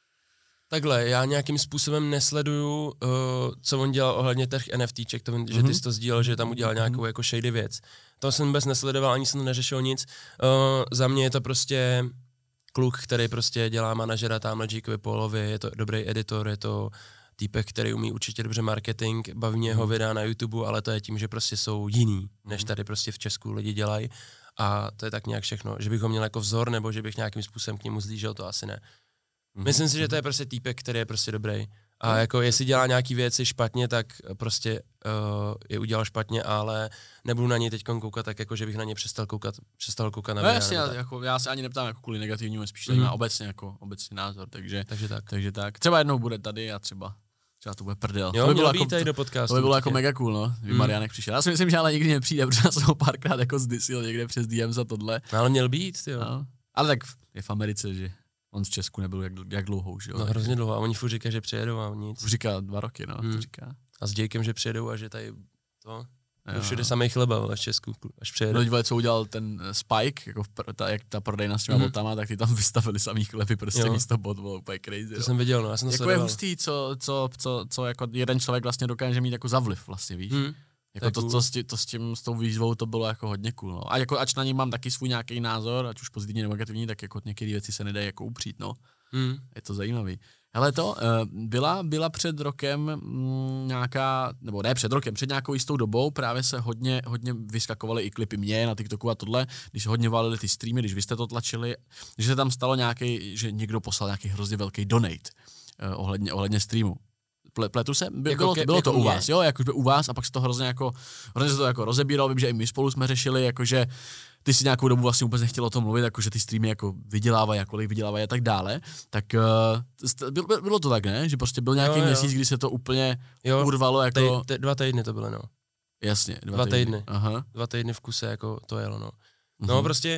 Takhle, já nějakým způsobem nesleduju, uh, co on dělal ohledně těch NFTček, to, mm-hmm. že ty jsi to sdílel, že tam udělal nějakou mm-hmm. jako shady věc. To jsem vůbec nesledoval, ani jsem to neřešil nic. Uh, za mě je to prostě kluk, který prostě dělá manažera tamhle Jakeovi Paulovi, je to dobrý editor, je to týpek, který umí určitě dobře marketing, baví mě jeho videa na YouTube, ale to je tím, že prostě jsou jiný, než tady prostě v Česku lidi dělají. A to je tak nějak všechno, že bych ho měl jako vzor, nebo že bych nějakým způsobem k němu zlížel, to asi ne. Mm-hmm. Myslím si, že to je prostě týpek, který je prostě dobrý. A mm-hmm. jako jestli dělá nějaký věci špatně, tak prostě uh, je udělal špatně, ale nebudu na něj teď koukat tak, jako že bych na něj přestal koukat, přestal koukat na no, jasně, já, jako, já se ani neptám jako kvůli negativnímu, spíš mm-hmm. na obecně jako obecný názor, takže, takže, tak. takže tak. Třeba jednou bude tady a třeba třeba to bude prdel. Jo, to by bylo jako, tady do podcastu. To by bylo jako mega cool, no, kdyby mm. Mariánek přišel. Já si myslím, že ale nikdy nepřijde, protože já jsem ho párkrát jako zdisil někde přes D M za tohle. No, ale měl být, jo. No. Ale tak je v Americe, že on z Česku nebyl jak, jak dlouho už, jo. No hrozně dlouho a oni furt říkají, že přijedou a nic. Už říká dva roky, no, mm. to říká. A s Jakem, že přijedou a že tady to... Jo, všude samej chleba v Česku, až přijedou. No, co udělal ten Spike, jako ta, jak ta prodejna s těma mm. botama, tak ty tam vystavili samý chleby, prostě jo. místo bot, bylo úplně crazy. To jo. jsem viděl, no, já jsem to jako sledoval. Je hustý, co, co, co, co jako jeden člověk vlastně dokáže mít jako za vliv, vlastně, víš. Mm. Jako to, cool. to, s tí, to s tím, s tou výzvou, to bylo jako hodně cool, no. A jako ač na něj mám taky svůj nějaký názor, ať už pozitivní nebo negativní, tak jako některé věci se nedají jako upřít, no. Mm. Je to zajímavý. Hele to, byla, byla před rokem m, nějaká, nebo ne před rokem, před nějakou jistou dobou právě se hodně, hodně vyskakovaly i klipy mě na TikToku a tohle, když hodně valili ty streamy, když vy jste to tlačili, že se tam stalo nějaký, že někdo poslal nějaký hrozně velký donate uh, ohledně, ohledně streamu. Ple, pletu se? By, jako bylo, ke, bylo jako to u vás, jo, jakože u vás a pak se to hrozně jako, hrozně se to jako rozebíralo, vím, že i my spolu jsme řešili, jakože ty si nějakou dobu vlastně vůbec nechtěl o tom mluvit, jakože ty streamy jako vydělávají, a kolik vydělávají a tak dále, tak uh, bylo, bylo to tak, ne? Že prostě byl nějaký jo, měsíc, jo. kdy se to úplně jo, urvalo jako... Tej, te, dva týdny to bylo, no. Jasně, dva, dva týdny. týdny. Aha. Dva týdny v kuse, jako to jelo, no. No, uh-huh. prostě...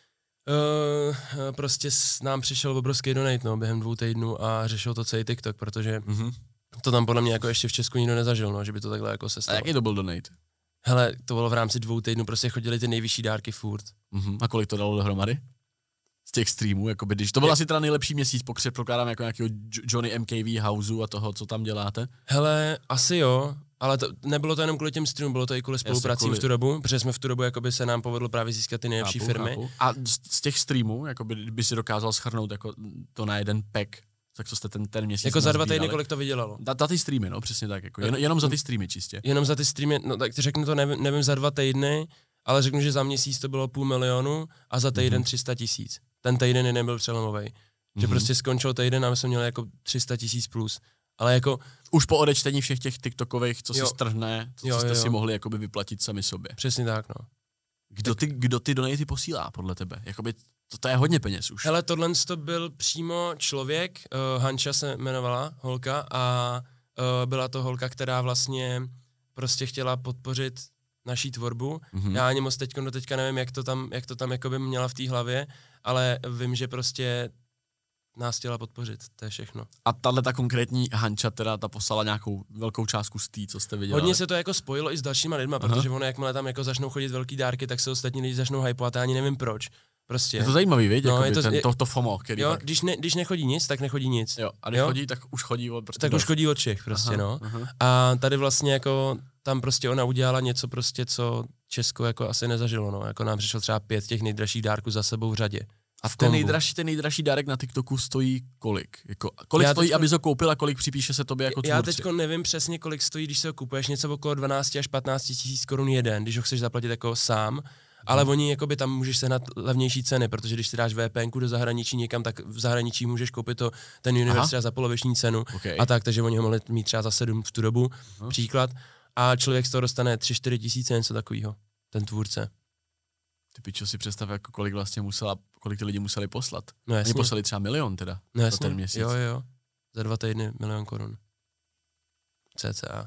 Uh, prostě s nám přišel obrovský donate, no, během dvou týdnů a řešil to celý TikTok, protože uh-huh. to tam podle mě jako ještě v Česku nikdo nezažil, no, že by to takhle jako se stalo. A jaký to byl donate? Hele, to bylo v rámci dvou týdnů, prostě chodili ty nejvyšší dárky furt. Uh-huh. A kolik to dalo dohromady? Z těch streamů, jakoby, když to byl Je... asi teda nejlepší měsíc, pokládám jako nějakého Johnny M K V Houseu a toho, co tam děláte? Hele, asi jo, ale to, nebylo to jenom kvůli těm streamům, bylo to i kvůli spolupracím kvůli... v tu dobu, protože jsme v tu dobu jakoby se nám povedlo právě získat ty nejlepší chápu, firmy. Chápu. A z, z těch streamů, jakoby, by si dokázal shrnout jako to na jeden pack, tak co jste ten, ten měsíc Jako za dva týdny, nazbírali. kolik to vydělalo? Za, za ty streamy, no, přesně tak, jako jen, jenom za ty streamy čistě. Jenom za ty streamy, no tak řeknu to, nevím, nevím za dva týdny, ale řeknu, že za měsíc to bylo půl milionu a za týden mm-hmm. tři sta tisíc. Ten týden nebyl přelomový. Že mm-hmm. prostě skončil týden a my jsme měli jako tři sta tisíc plus. Ale jako... Už po odečtení všech těch TikTokových, co jo. si strhne, co jo, jste jo, jo. si mohli jakoby vyplatit sami sobě. Přesně tak, no. Kdo ty, kdo ty donaty posílá podle tebe? Jakoby to, to je hodně peněz už. Hele, tohle to byl přímo člověk, uh, Hanča se jmenovala, holka, a uh, byla to holka, která vlastně prostě chtěla podpořit naší tvorbu. Mm-hmm. Já ani moc teďko do teďka nevím, jak to tam, jak to tam jakoby měla v té hlavě, ale vím, že prostě nás chtěla podpořit, to je všechno. A tahle ta konkrétní Hanča teda ta poslala nějakou velkou částku z tý, co jste viděli. Hodně se to jako spojilo i s dalšíma lidma, Aha. protože ono, jakmile tam jako začnou chodit velký dárky, tak se ostatní lidi začnou hypovat, já ani nevím proč. Prostě. Je to zajímavý, víš, no, to, to, ten, to, to FOMO, který jo, tak... když, ne, když nechodí nic, tak nechodí nic. Jo, a nechodí, jo? tak už chodí od prostě Tak dost. už chodí od všech prostě, aha, no. Aha. A tady vlastně jako, tam prostě ona udělala něco prostě, co Česko jako asi nezažilo, no. Jako nám přišlo třeba pět těch nejdražších dárků za sebou v řadě. A ten nejdražší, ten nejdražší dárek na TikToku stojí kolik? Jako, kolik já stojí, teďko, abys ho koupil a kolik připíše se tobě jako tvůrci? Já teďko nevím přesně, kolik stojí, když se ho kupuješ, něco okolo dvanáct až patnáct tisíc korun jeden, když ho chceš zaplatit jako sám. Ale hmm. oni jakoby tam můžeš sehnat levnější ceny, protože když si dáš V P N ku do zahraničí někam, tak v zahraničí můžeš koupit to ten univerz třeba za poloviční cenu okay. a tak, takže oni ho mohli mít třeba za sedm v tu dobu, Aha. příklad. A člověk z toho dostane tři čtyři tisíce, něco takového, ten tvůrce. Ty pičo, si představ, jako kolik vlastně musela, kolik ty lidi museli poslat. No jasně. Oni poslali třeba milion teda no za jasně. ten měsíc. Jo, jo, za dva týdny milion korun. cca.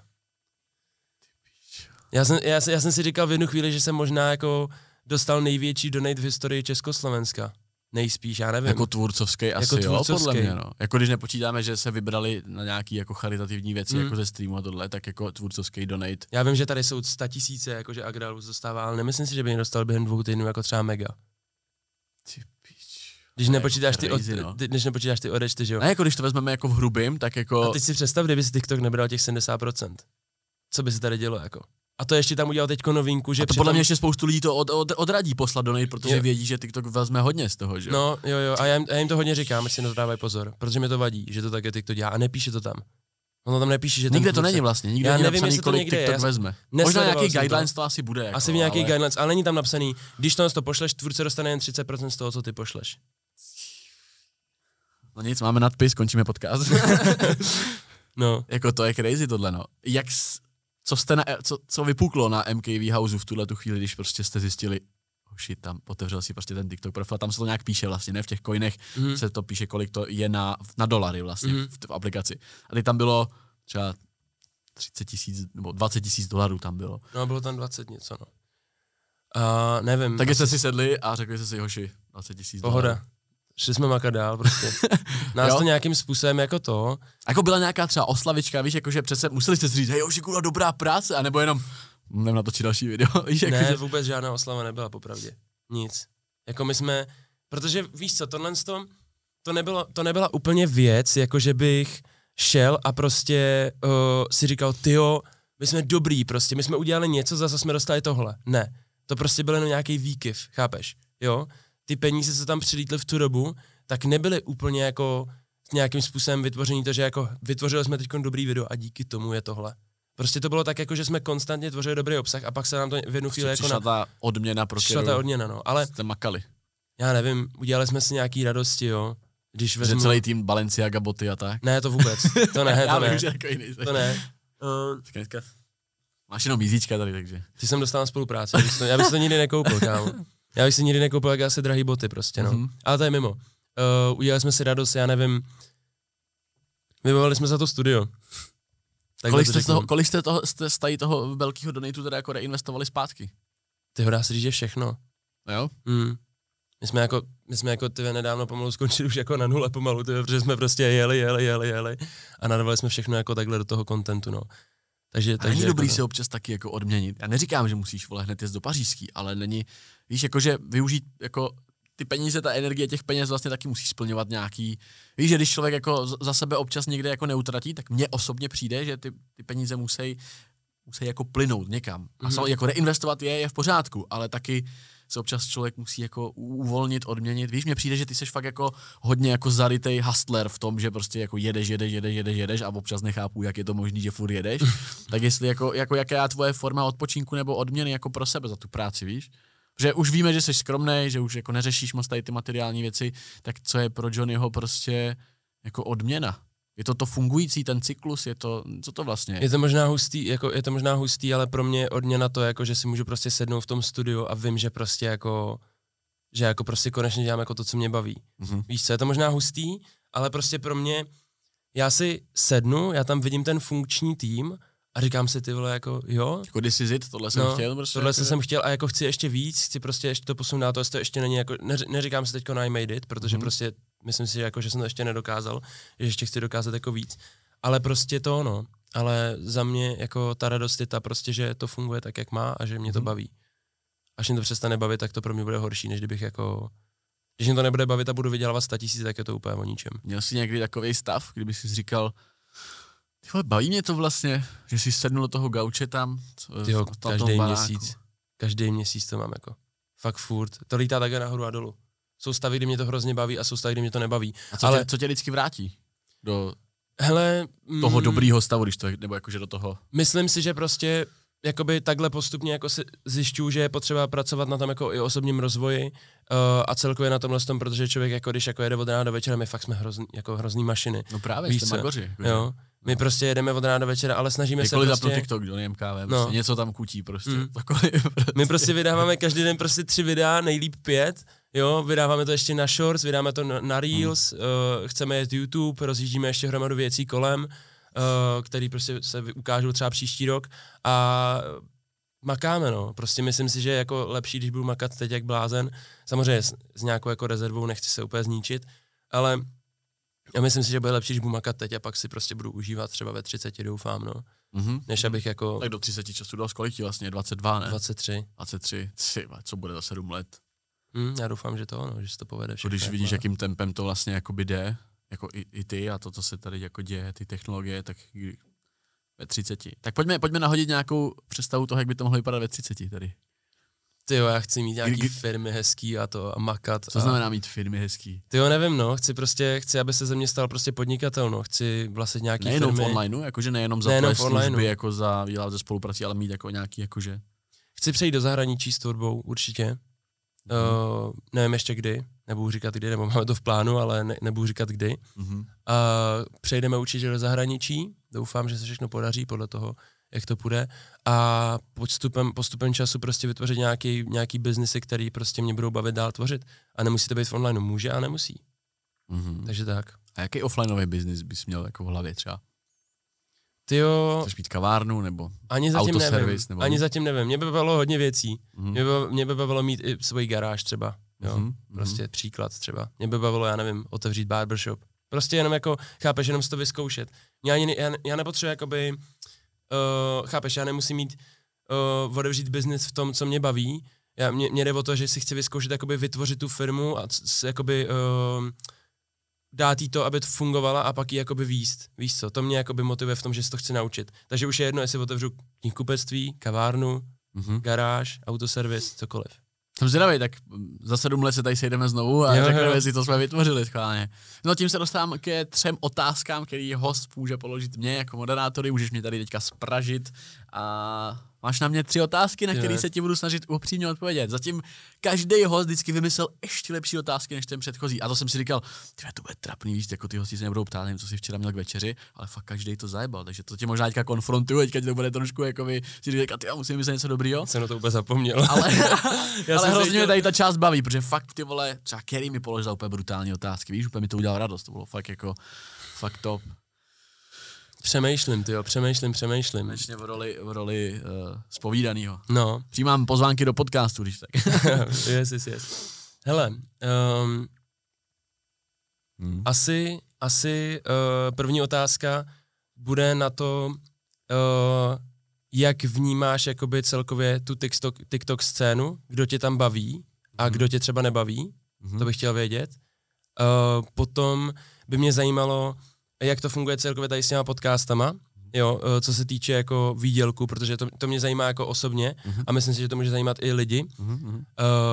Já jsem, já, já jsem si říkal v jednu chvíli, že jsem možná jako dostal největší donate v historii Československa. Nejspíš, já nevím. Jako tvůrcovský asi, jako tvůrcovský. Jo, podle mě, no. Jako když nepočítáme, že se vybrali na nějaký jako charitativní věci, mm. jako ze streamu a tohle, tak jako tvůrcovský donate. Já vím, že tady jsou sta tisíce, jakože Agralus dostává, ale nemyslím si, že by mě dostal během dvou týdnů jako třeba mega. Ty pič. Když nepočítáš, ty crazy, od, no. ty, když nepočítáš ty odečty, že jo? Ne, jako když to vezmeme jako v hrubým, tak jako... A teď si představ, kdyby si TikTok nebral těch sedmdesát procent. Co by se tady dělo, jako? A to ještě tam udělal teďko novinku, že a to přitom... podle mě ještě spoustu lidí to od, od, odradí poslat donate, protože jo. vědí, že TikTok vezme hodně z toho, že? No, jo, jo, a já jim, já jim to hodně říkám, ať si na to dávají pozor, protože mi to vadí, že to také TikTok dělá a nepíše to tam. Ono tam nepíše, že nikde ten to není vlastně, nikde já není nevím, napsaný, to kolik někde TikTok je. vezme. Možná nějaký guidelines to. to asi bude. Jako, asi v nějaký ale... guidelines, ale není tam napsaný, když to, to pošleš, tvůrce dostane jen třicet procent z toho, co ty pošleš. No nic, máme nadpis, končíme podcast. No. Jako to je crazy tohle, no. Jak, co jste na, co, co vypuklo na M K V Houseu v tuhle tu chvíli, když prostě jste zjistili, oh shit, tam otevřel si prostě ten TikTok profil, tam se to nějak píše vlastně, ne v těch coinech, mm. se to píše, kolik to je na, na dolary vlastně mm. v, v aplikaci. A teď tam bylo třeba třicet tisíc nebo dvacet tisíc dolarů tam bylo. No, bylo tam dvacet něco, no. Uh, nevím. Takže jste si sedli a řekli jste si, hoši, dvacet tisíc dolarů. Pohoda. Šli jsme makat dál prostě. Nás to nějakým způsobem jako to. Jako byla nějaká třeba oslavička, víš, jakože přece museli jste si říct, hej, hoši, kurva, dobrá práce, anebo jenom, nevím, natočit další video. Víš, ne, jako, že... vůbec žádná oslava nebyla, popravdě. Nic. Jako my jsme, protože víš co, tohle to, to, nebylo, to nebyla úplně věc, jako že bych šel a prostě uh, si říkal, tyjo, my jsme dobrý prostě, my jsme udělali něco, zase jsme dostali tohle. Ne, to prostě byl jenom nějaký výkyv, chápeš, jo? Ty peníze, co tam přilítly v tu dobu, tak nebyly úplně jako nějakým způsobem vytvoření to, že jako vytvořili jsme teď dobrý video a díky tomu je tohle. Prostě to bylo tak, jako že jsme konstantně tvořili dobrý obsah a pak se nám to v jednu chvíli prostě jako... Přišla na... ta odměna pro Přišla ta odměna, no, ale... Jste makali. Já nevím, udělali jsme si nějaký radosti, jo. Když vezmu... Že celý tým Balenciaga boty a tak. Ne, to vůbec. To ne, Já to ne. vím, že jako jiný, to ne. Uh, Máš jenom jízíčka tady, takže. Ty jsem dostal na spolupráci, já bych to, já bych to nikdy nekoupil, kámo. Já bych si nikdy nekoupil jak asi drahý boty prostě, no. Mm-hmm. Ale to je mimo. Uh, udělali jsme si radost, já nevím, vybavili jsme za to studio. Tak kolik jste, toho, kolik jste, toho, jste z tady toho velkého donatu teda jako reinvestovali zpátky? Ty ho dá se říct, že všechno. Jo? Mm. My jsme jako, my jsme jako tyve nedávno pomalu skončili už jako na nule pomalu, tyve, protože jsme prostě jeli, jeli, jeli, jeli a nadávali jsme všechno jako takhle do toho kontentu, no. Takže, a takže není jako dobrý no. se občas taky jako odměnit. Já neříkám, že musíš vole hned jít do Pařížský, ale není, víš, jakože využít jako ty peníze, ta energie těch peněz vlastně taky musí splňovat nějaký, víš, že když člověk jako za sebe občas někde jako neutratí, tak mně osobně přijde, že ty, ty peníze musí musí jako plynout někam. A mm-hmm. jako reinvestovat je, je v pořádku, ale taky se občas člověk musí jako uvolnit, odměnit. Víš, mně přijde, že ty seš fakt jako hodně jako zarytej hustler v tom, že prostě jako jedeš, jedeš, jedeš, jedeš, jedeš a občas nechápu, jak je to možný, že furt jedeš. Tak jestli jako, jako jaká je tvoje forma odpočinku nebo odměny jako pro sebe za tu práci, víš? Že už víme, že jsi skromnej, že už jako neřešíš moc tady ty materiální věci, tak co je pro Johnnyho prostě jako odměna? Je to to fungující, ten cyklus, je to, co to vlastně je? Je to možná hustý, jako je to možná hustý, ale pro mě odměna to jako, že si můžu prostě sednout v tom studiu a vím, že prostě jako, že jako prostě konečně dělám jako to, co mě baví. Mm-hmm. Víš co, je to možná hustý, ale prostě pro mě, já si sednu, já tam vidím ten funkční tým a říkám si ty vole jako jo. Jako this is it, tohle jsem no, chtěl. Prostě tohle jako jsem chtěl a jako chci ještě víc, chci prostě ještě to posunout na to, jestli to ještě není jako, neř, neříkám si teďko I made it, protože mm-hmm. prostě myslím si, že, jako, že jsem to ještě nedokázal, že ještě chci dokázat jako víc, ale prostě to no, ale za mě jako ta radost je ta prostě, že to funguje tak, jak má a že mě to mm-hmm. baví. Až mě to přestane bavit, tak to pro mě bude horší, než kdybych jako, když mě to nebude bavit a budu vydělávat sto tisíc, tak je to úplně o ničem. Měl jsi někdy takový stav, kdyby jsi říkal, tyhle, baví mě to vlastně, že jsi sednul do toho gauče tam. Tyjo, každý měsíc, každý měsíc to mám jako, fakt furt, to lítá také nahoru a dolů. Jsou stavy, kdy mě to hrozně baví a jsou stavy, kdy mě to nebaví. A co, ale... tě, co tě vždycky vrátí do hele, toho mm, dobrýho stavu, když to je, nebo jakože do toho? Myslím si, že prostě jakoby takhle postupně jako si zjišťuju, že je potřeba pracovat na tom jako i osobním rozvoji uh, a celkově na tomhle tom, protože člověk jako když jako jede od rána do večera, my fakt jsme hrozný, jako hrozný mašiny. No právě, jste magoři. Jo. My no. prostě jedeme od rána do večera, ale snažíme Jakoli se prostě... Jakoliv zapnu TikTok, Johnny M K V, no. prostě něco tam kutí prostě. Mm. Prostě. My prostě vydáváme každý den prostě tři videa, nejlíp pět, jo, vydáváme to ještě na Shorts, vydáme to na, na Reels, mm. uh, chceme jet YouTube, rozjíždíme ještě hromadu věcí kolem, uh, který prostě se ukážou třeba příští rok a makáme, no. Prostě myslím si, že je jako lepší, když budu makat teď jak blázen. Samozřejmě s, s nějakou jako rezervou, nechci se úplně zničit, ale já myslím si, že bude lepší, když budu makat teď a pak si prostě budu užívat třeba ve třiceti, doufám, no. Mm-hmm. Než abych jako... Tak do třiceti času dal kolik ti vlastně, dvacet dva, ne? dvacet tři. dvacet tři, Tři, co bude za sedm let? Mm, já doufám, že to, no, že se to povede všechno. Když vidíš, jakým tempem to vlastně jakoby jde, jako i, i ty a to, co se tady jako děje, ty technologie, tak ve třiceti. Tak pojďme, pojďme nahodit nějakou představu toho, jak by to mohlo vypadat ve třiceti tady. Tyjo, já chci mít nějaký Kdy... firmy hezký a to a makat. Co a... znamená mít firmy hezký? Tyjo, nevím, no, chci prostě, chci, aby se ze mě stal prostě podnikatel, no, chci vlastně nějaký nejenom firmy. Nejenom v onlineu, jakože nejenom za nejenom tvoje služby, jako za výdělat ze spoluprací, ale mít jako nějaký, jakože... Chci přejít do zahraničí s tvorbou, určitě. Mm. Uh, nevím ještě kdy, nebudu říkat kdy, nebo máme to v plánu, ale ne, nebudu říkat kdy. Mm. Uh, přejdeme určitě do zahraničí, doufám, že se všechno podaří podle toho, jak to půjde a postupem, postupem času prostě vytvořit nějaký, nějaký biznesy, který prostě mě budou bavit dál tvořit. A nemusí to být v online, může a nemusí. Mm-hmm. Takže tak. A jaký offlineový biznis bys měl jako v hlavě třeba? Tyjo... Chceš mít kavárnu nebo ani zatím autoservis? Nevím. Nebo... Ani zatím nevím. Mě by bavilo hodně věcí. Mm-hmm. Mě, by, mě by bavilo mít i svoji garáž třeba. Jo? Mm-hmm. Prostě příklad třeba. Mě by bavilo, já nevím, otevřít barbershop. Prostě jenom jako, chápeš, jenom si to vyzkoušet. Já, ani, já, já nepotřebuji jakoby... Uh, chápeš, já nemusím mít uh, otevřít biznis v tom, co mě baví. Já, mě, mě jde o to, že si chci vyzkoušet jakoby vytvořit tu firmu a c, jakoby, uh, dát jí to, aby to fungovala a pak ji jakoby výst. Víš co, to mě jakoby motivuje v tom, že si to chci naučit. Takže už je jedno, jestli otevřu knihkupectví, kavárnu, mm-hmm. garáž, autoservis, cokoliv. Jsem zvědavý, tak za sedm let se tady sejdeme znovu a řekneme si, co jsme vytvořili schválně. No tím se dostávám ke třem otázkám, který host může položit mě jako moderátory, můžeš mě tady teďka spražit a máš na mě tři otázky, na které se ti budu snažit upřímně odpovědět. Zatím každý host vždycky vymyslel ještě lepší otázky než ten předchozí a to jsem si říkal, tyhle, to bude trapný, víš, jako ty hosti se nebudou ptát, nevím, co jsi včera měl k večeři, ale fakt každý to zajebal, takže to tě možná teďka konfrontuju, teďka to bude trošku jakoby si říkat, já musím myslet něco dobrýho. Jsem na to úplně zapomněl. Ale, ale hrozně mě tady ta část baví, protože fakt ty vole, třeba Kerry mi položila úplně brutální otázky, víš, úplně mi to udělalo radost, to bylo fakt jako, fakt top. Přemýšlím, tyjo, přemýšlím, přemýšlím. Konečně v roli, v roli uh, zpovídanýho. No. Přijímám pozvánky do podcastu, když tak. yes, yes, yes. Hele, um, hmm. asi, asi uh, první otázka bude na to, uh, jak vnímáš jakoby celkově tu TikTok, TikTok scénu, kdo tě tam baví a hmm. kdo tě třeba nebaví, hmm. to bych chtěl vědět. Uh, potom by mě zajímalo, jak to funguje celkově tady s těma podcastama, jo, co se týče jako výdělku, protože to, to mě zajímá jako osobně mm-hmm. a myslím si, že to může zajímat i lidi. Mm-hmm. Uh,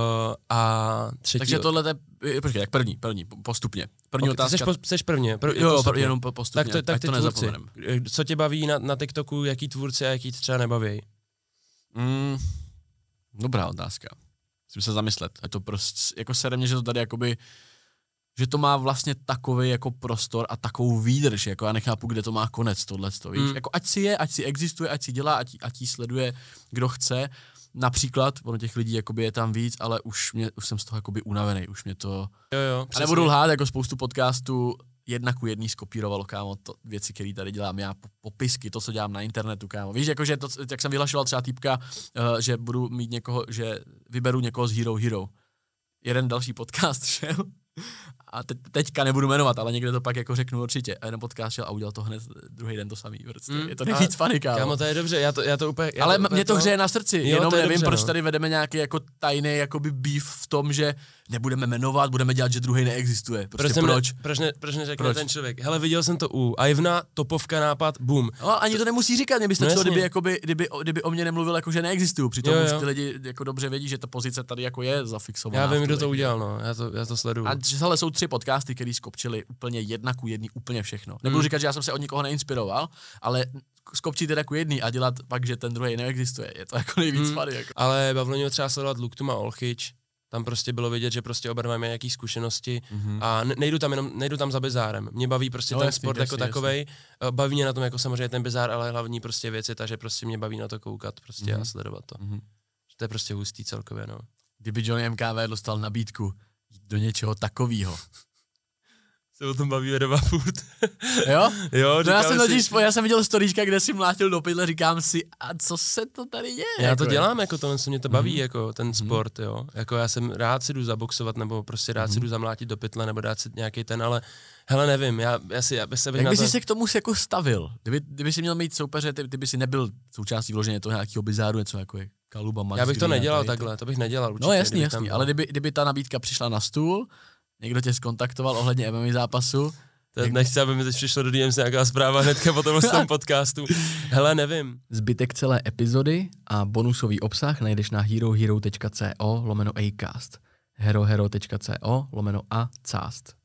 a třetí... Takže tohle je, počkej, jak první, první, postupně. První okay, otázka. Seš, po, seš prvně, pr- jo, postupně. jenom postupně, tak to, tak ať ty to tvůrci, nezapomenem. Co tě baví na, na TikToku, jaký tvůrci a jaký třeba nebaví? Mm, dobrá otázka. Musím se zamyslet. A to prostě, jako sere mě, že to tady jakoby, že to má vlastně takový jako prostor a takovou výdrž, jako já nechápu, kde to má konec tohleto, víš? Mm. Jako ať si je, ať si existuje, ať si dělá, ať, ať ji sleduje, kdo chce. Například, ono těch lidí jakoby je tam víc, ale už, mě, už jsem z toho jakoby unavený, už mě to... Jo, jo, a nebudu lhát, jako spoustu podcastů jedna ku jedný skopírovalo, kámo, to věci, které tady dělám já, popisky, to, co dělám na internetu, kámo. Víš, jakože to, jak jsem vyhlašoval třeba týpka, uh, že budu mít někoho, že vyberu někoho z Hero Hero. Jeden další podcast šel a te- teďka nebudu jmenovat, ale někde to pak jako řeknu určitě. A jeden podcast šel a udělal to hned druhý den to samý. Prostě. Mm, je to nejvíc funny, kámo. Kámo, to je dobře, já to, já to úplně... Já ale to úplně mě to to... hřeje na srdci, jo, jenom nevím, dobře, proč no. tady vedeme nějaký jako tajný jakoby beef v tom, že nebudeme jmenovat, budeme dělat, že druhý neexistuje. Prostě proč? proč? Ne, proč, ne, proč neřekne proč? ten člověk? Hele, viděl jsem to u Ivna, topovka nápad, boom. No, ani to nemusí říkat, mě by stačilo, no, kdyby, jakoby, kdyby, kdyby o mě nemluvil, jako že neexistuju. Přitom jo, jo. už ty lidi jako dobře vědí, že ta pozice tady jako je zafixovaná. Já vím, kdo to udělal, no, já to, já to sleduju. A hele, jsou tři podcasty, který skopčili úplně jedna ku jedný, úplně všechno. Nebudu hmm. říkat, že já jsem se od nikoho neinspiroval, ale skopčit jedna ku jedný a dělat pak, že ten druhý neexistuje. Je to jako nejvíc hmm. funny. Jako. Ale bavilo mě třeba sledovat Luktuma Olchyč. Tam prostě bylo vidět, že prostě oba máme nějaký zkušenosti mm-hmm. a nejdu tam jenom, nejdu tam za bizárem. Mě baví prostě no, ten jasný, sport jasný, jako jasný. Takovej. Baví mě na tom jako samozřejmě ten bizár, ale hlavní prostě věc je ta, že prostě mě baví na to koukat prostě mm-hmm. a sledovat to. Mm-hmm. To je prostě hustý celkově, no. Kdyby Johnny M K V dostal nabídku do něčeho takového. Se o tom bavíme doba furt. Jo? Jo, no já jsem si... totiž, já jsem viděl storíčka, kde si mlátil do pytle, říkám si, a co se to tady děje? Já jako to je? dělám, jako to, mě to baví, mm-hmm. jako ten mm-hmm. sport, jo. Jako já jsem rád si jdu zaboxovat, nebo prostě rád mm-hmm. si jdu zamlátit do pytle, nebo dát si nějaký ten, ale hele, nevím, já, já si, já se Jak bys to... se k tomu jako stavil? Kdyby, kdyby si měl mít soupeře, ty, ty by si nebyl součástí vloženě toho nějakého bizáru, něco jako je Kaluba, Max, já bych to nedělal tady, takhle, to bych nedělal určitě. No jasný, jasný, ale kdyby, kdyby ta nabídka přišla na stůl, někdo tě skontaktoval ohledně M M A zápasu, jak... Nechci, aby mi teď přišlo do D M nějaká zpráva hnedka po tom tom podcastu. Hele, nevím. Zbytek celé epizody a bonusový obsah najdeš na herohero tečka co lomeno acast. herohero tečka co lomeno a cast.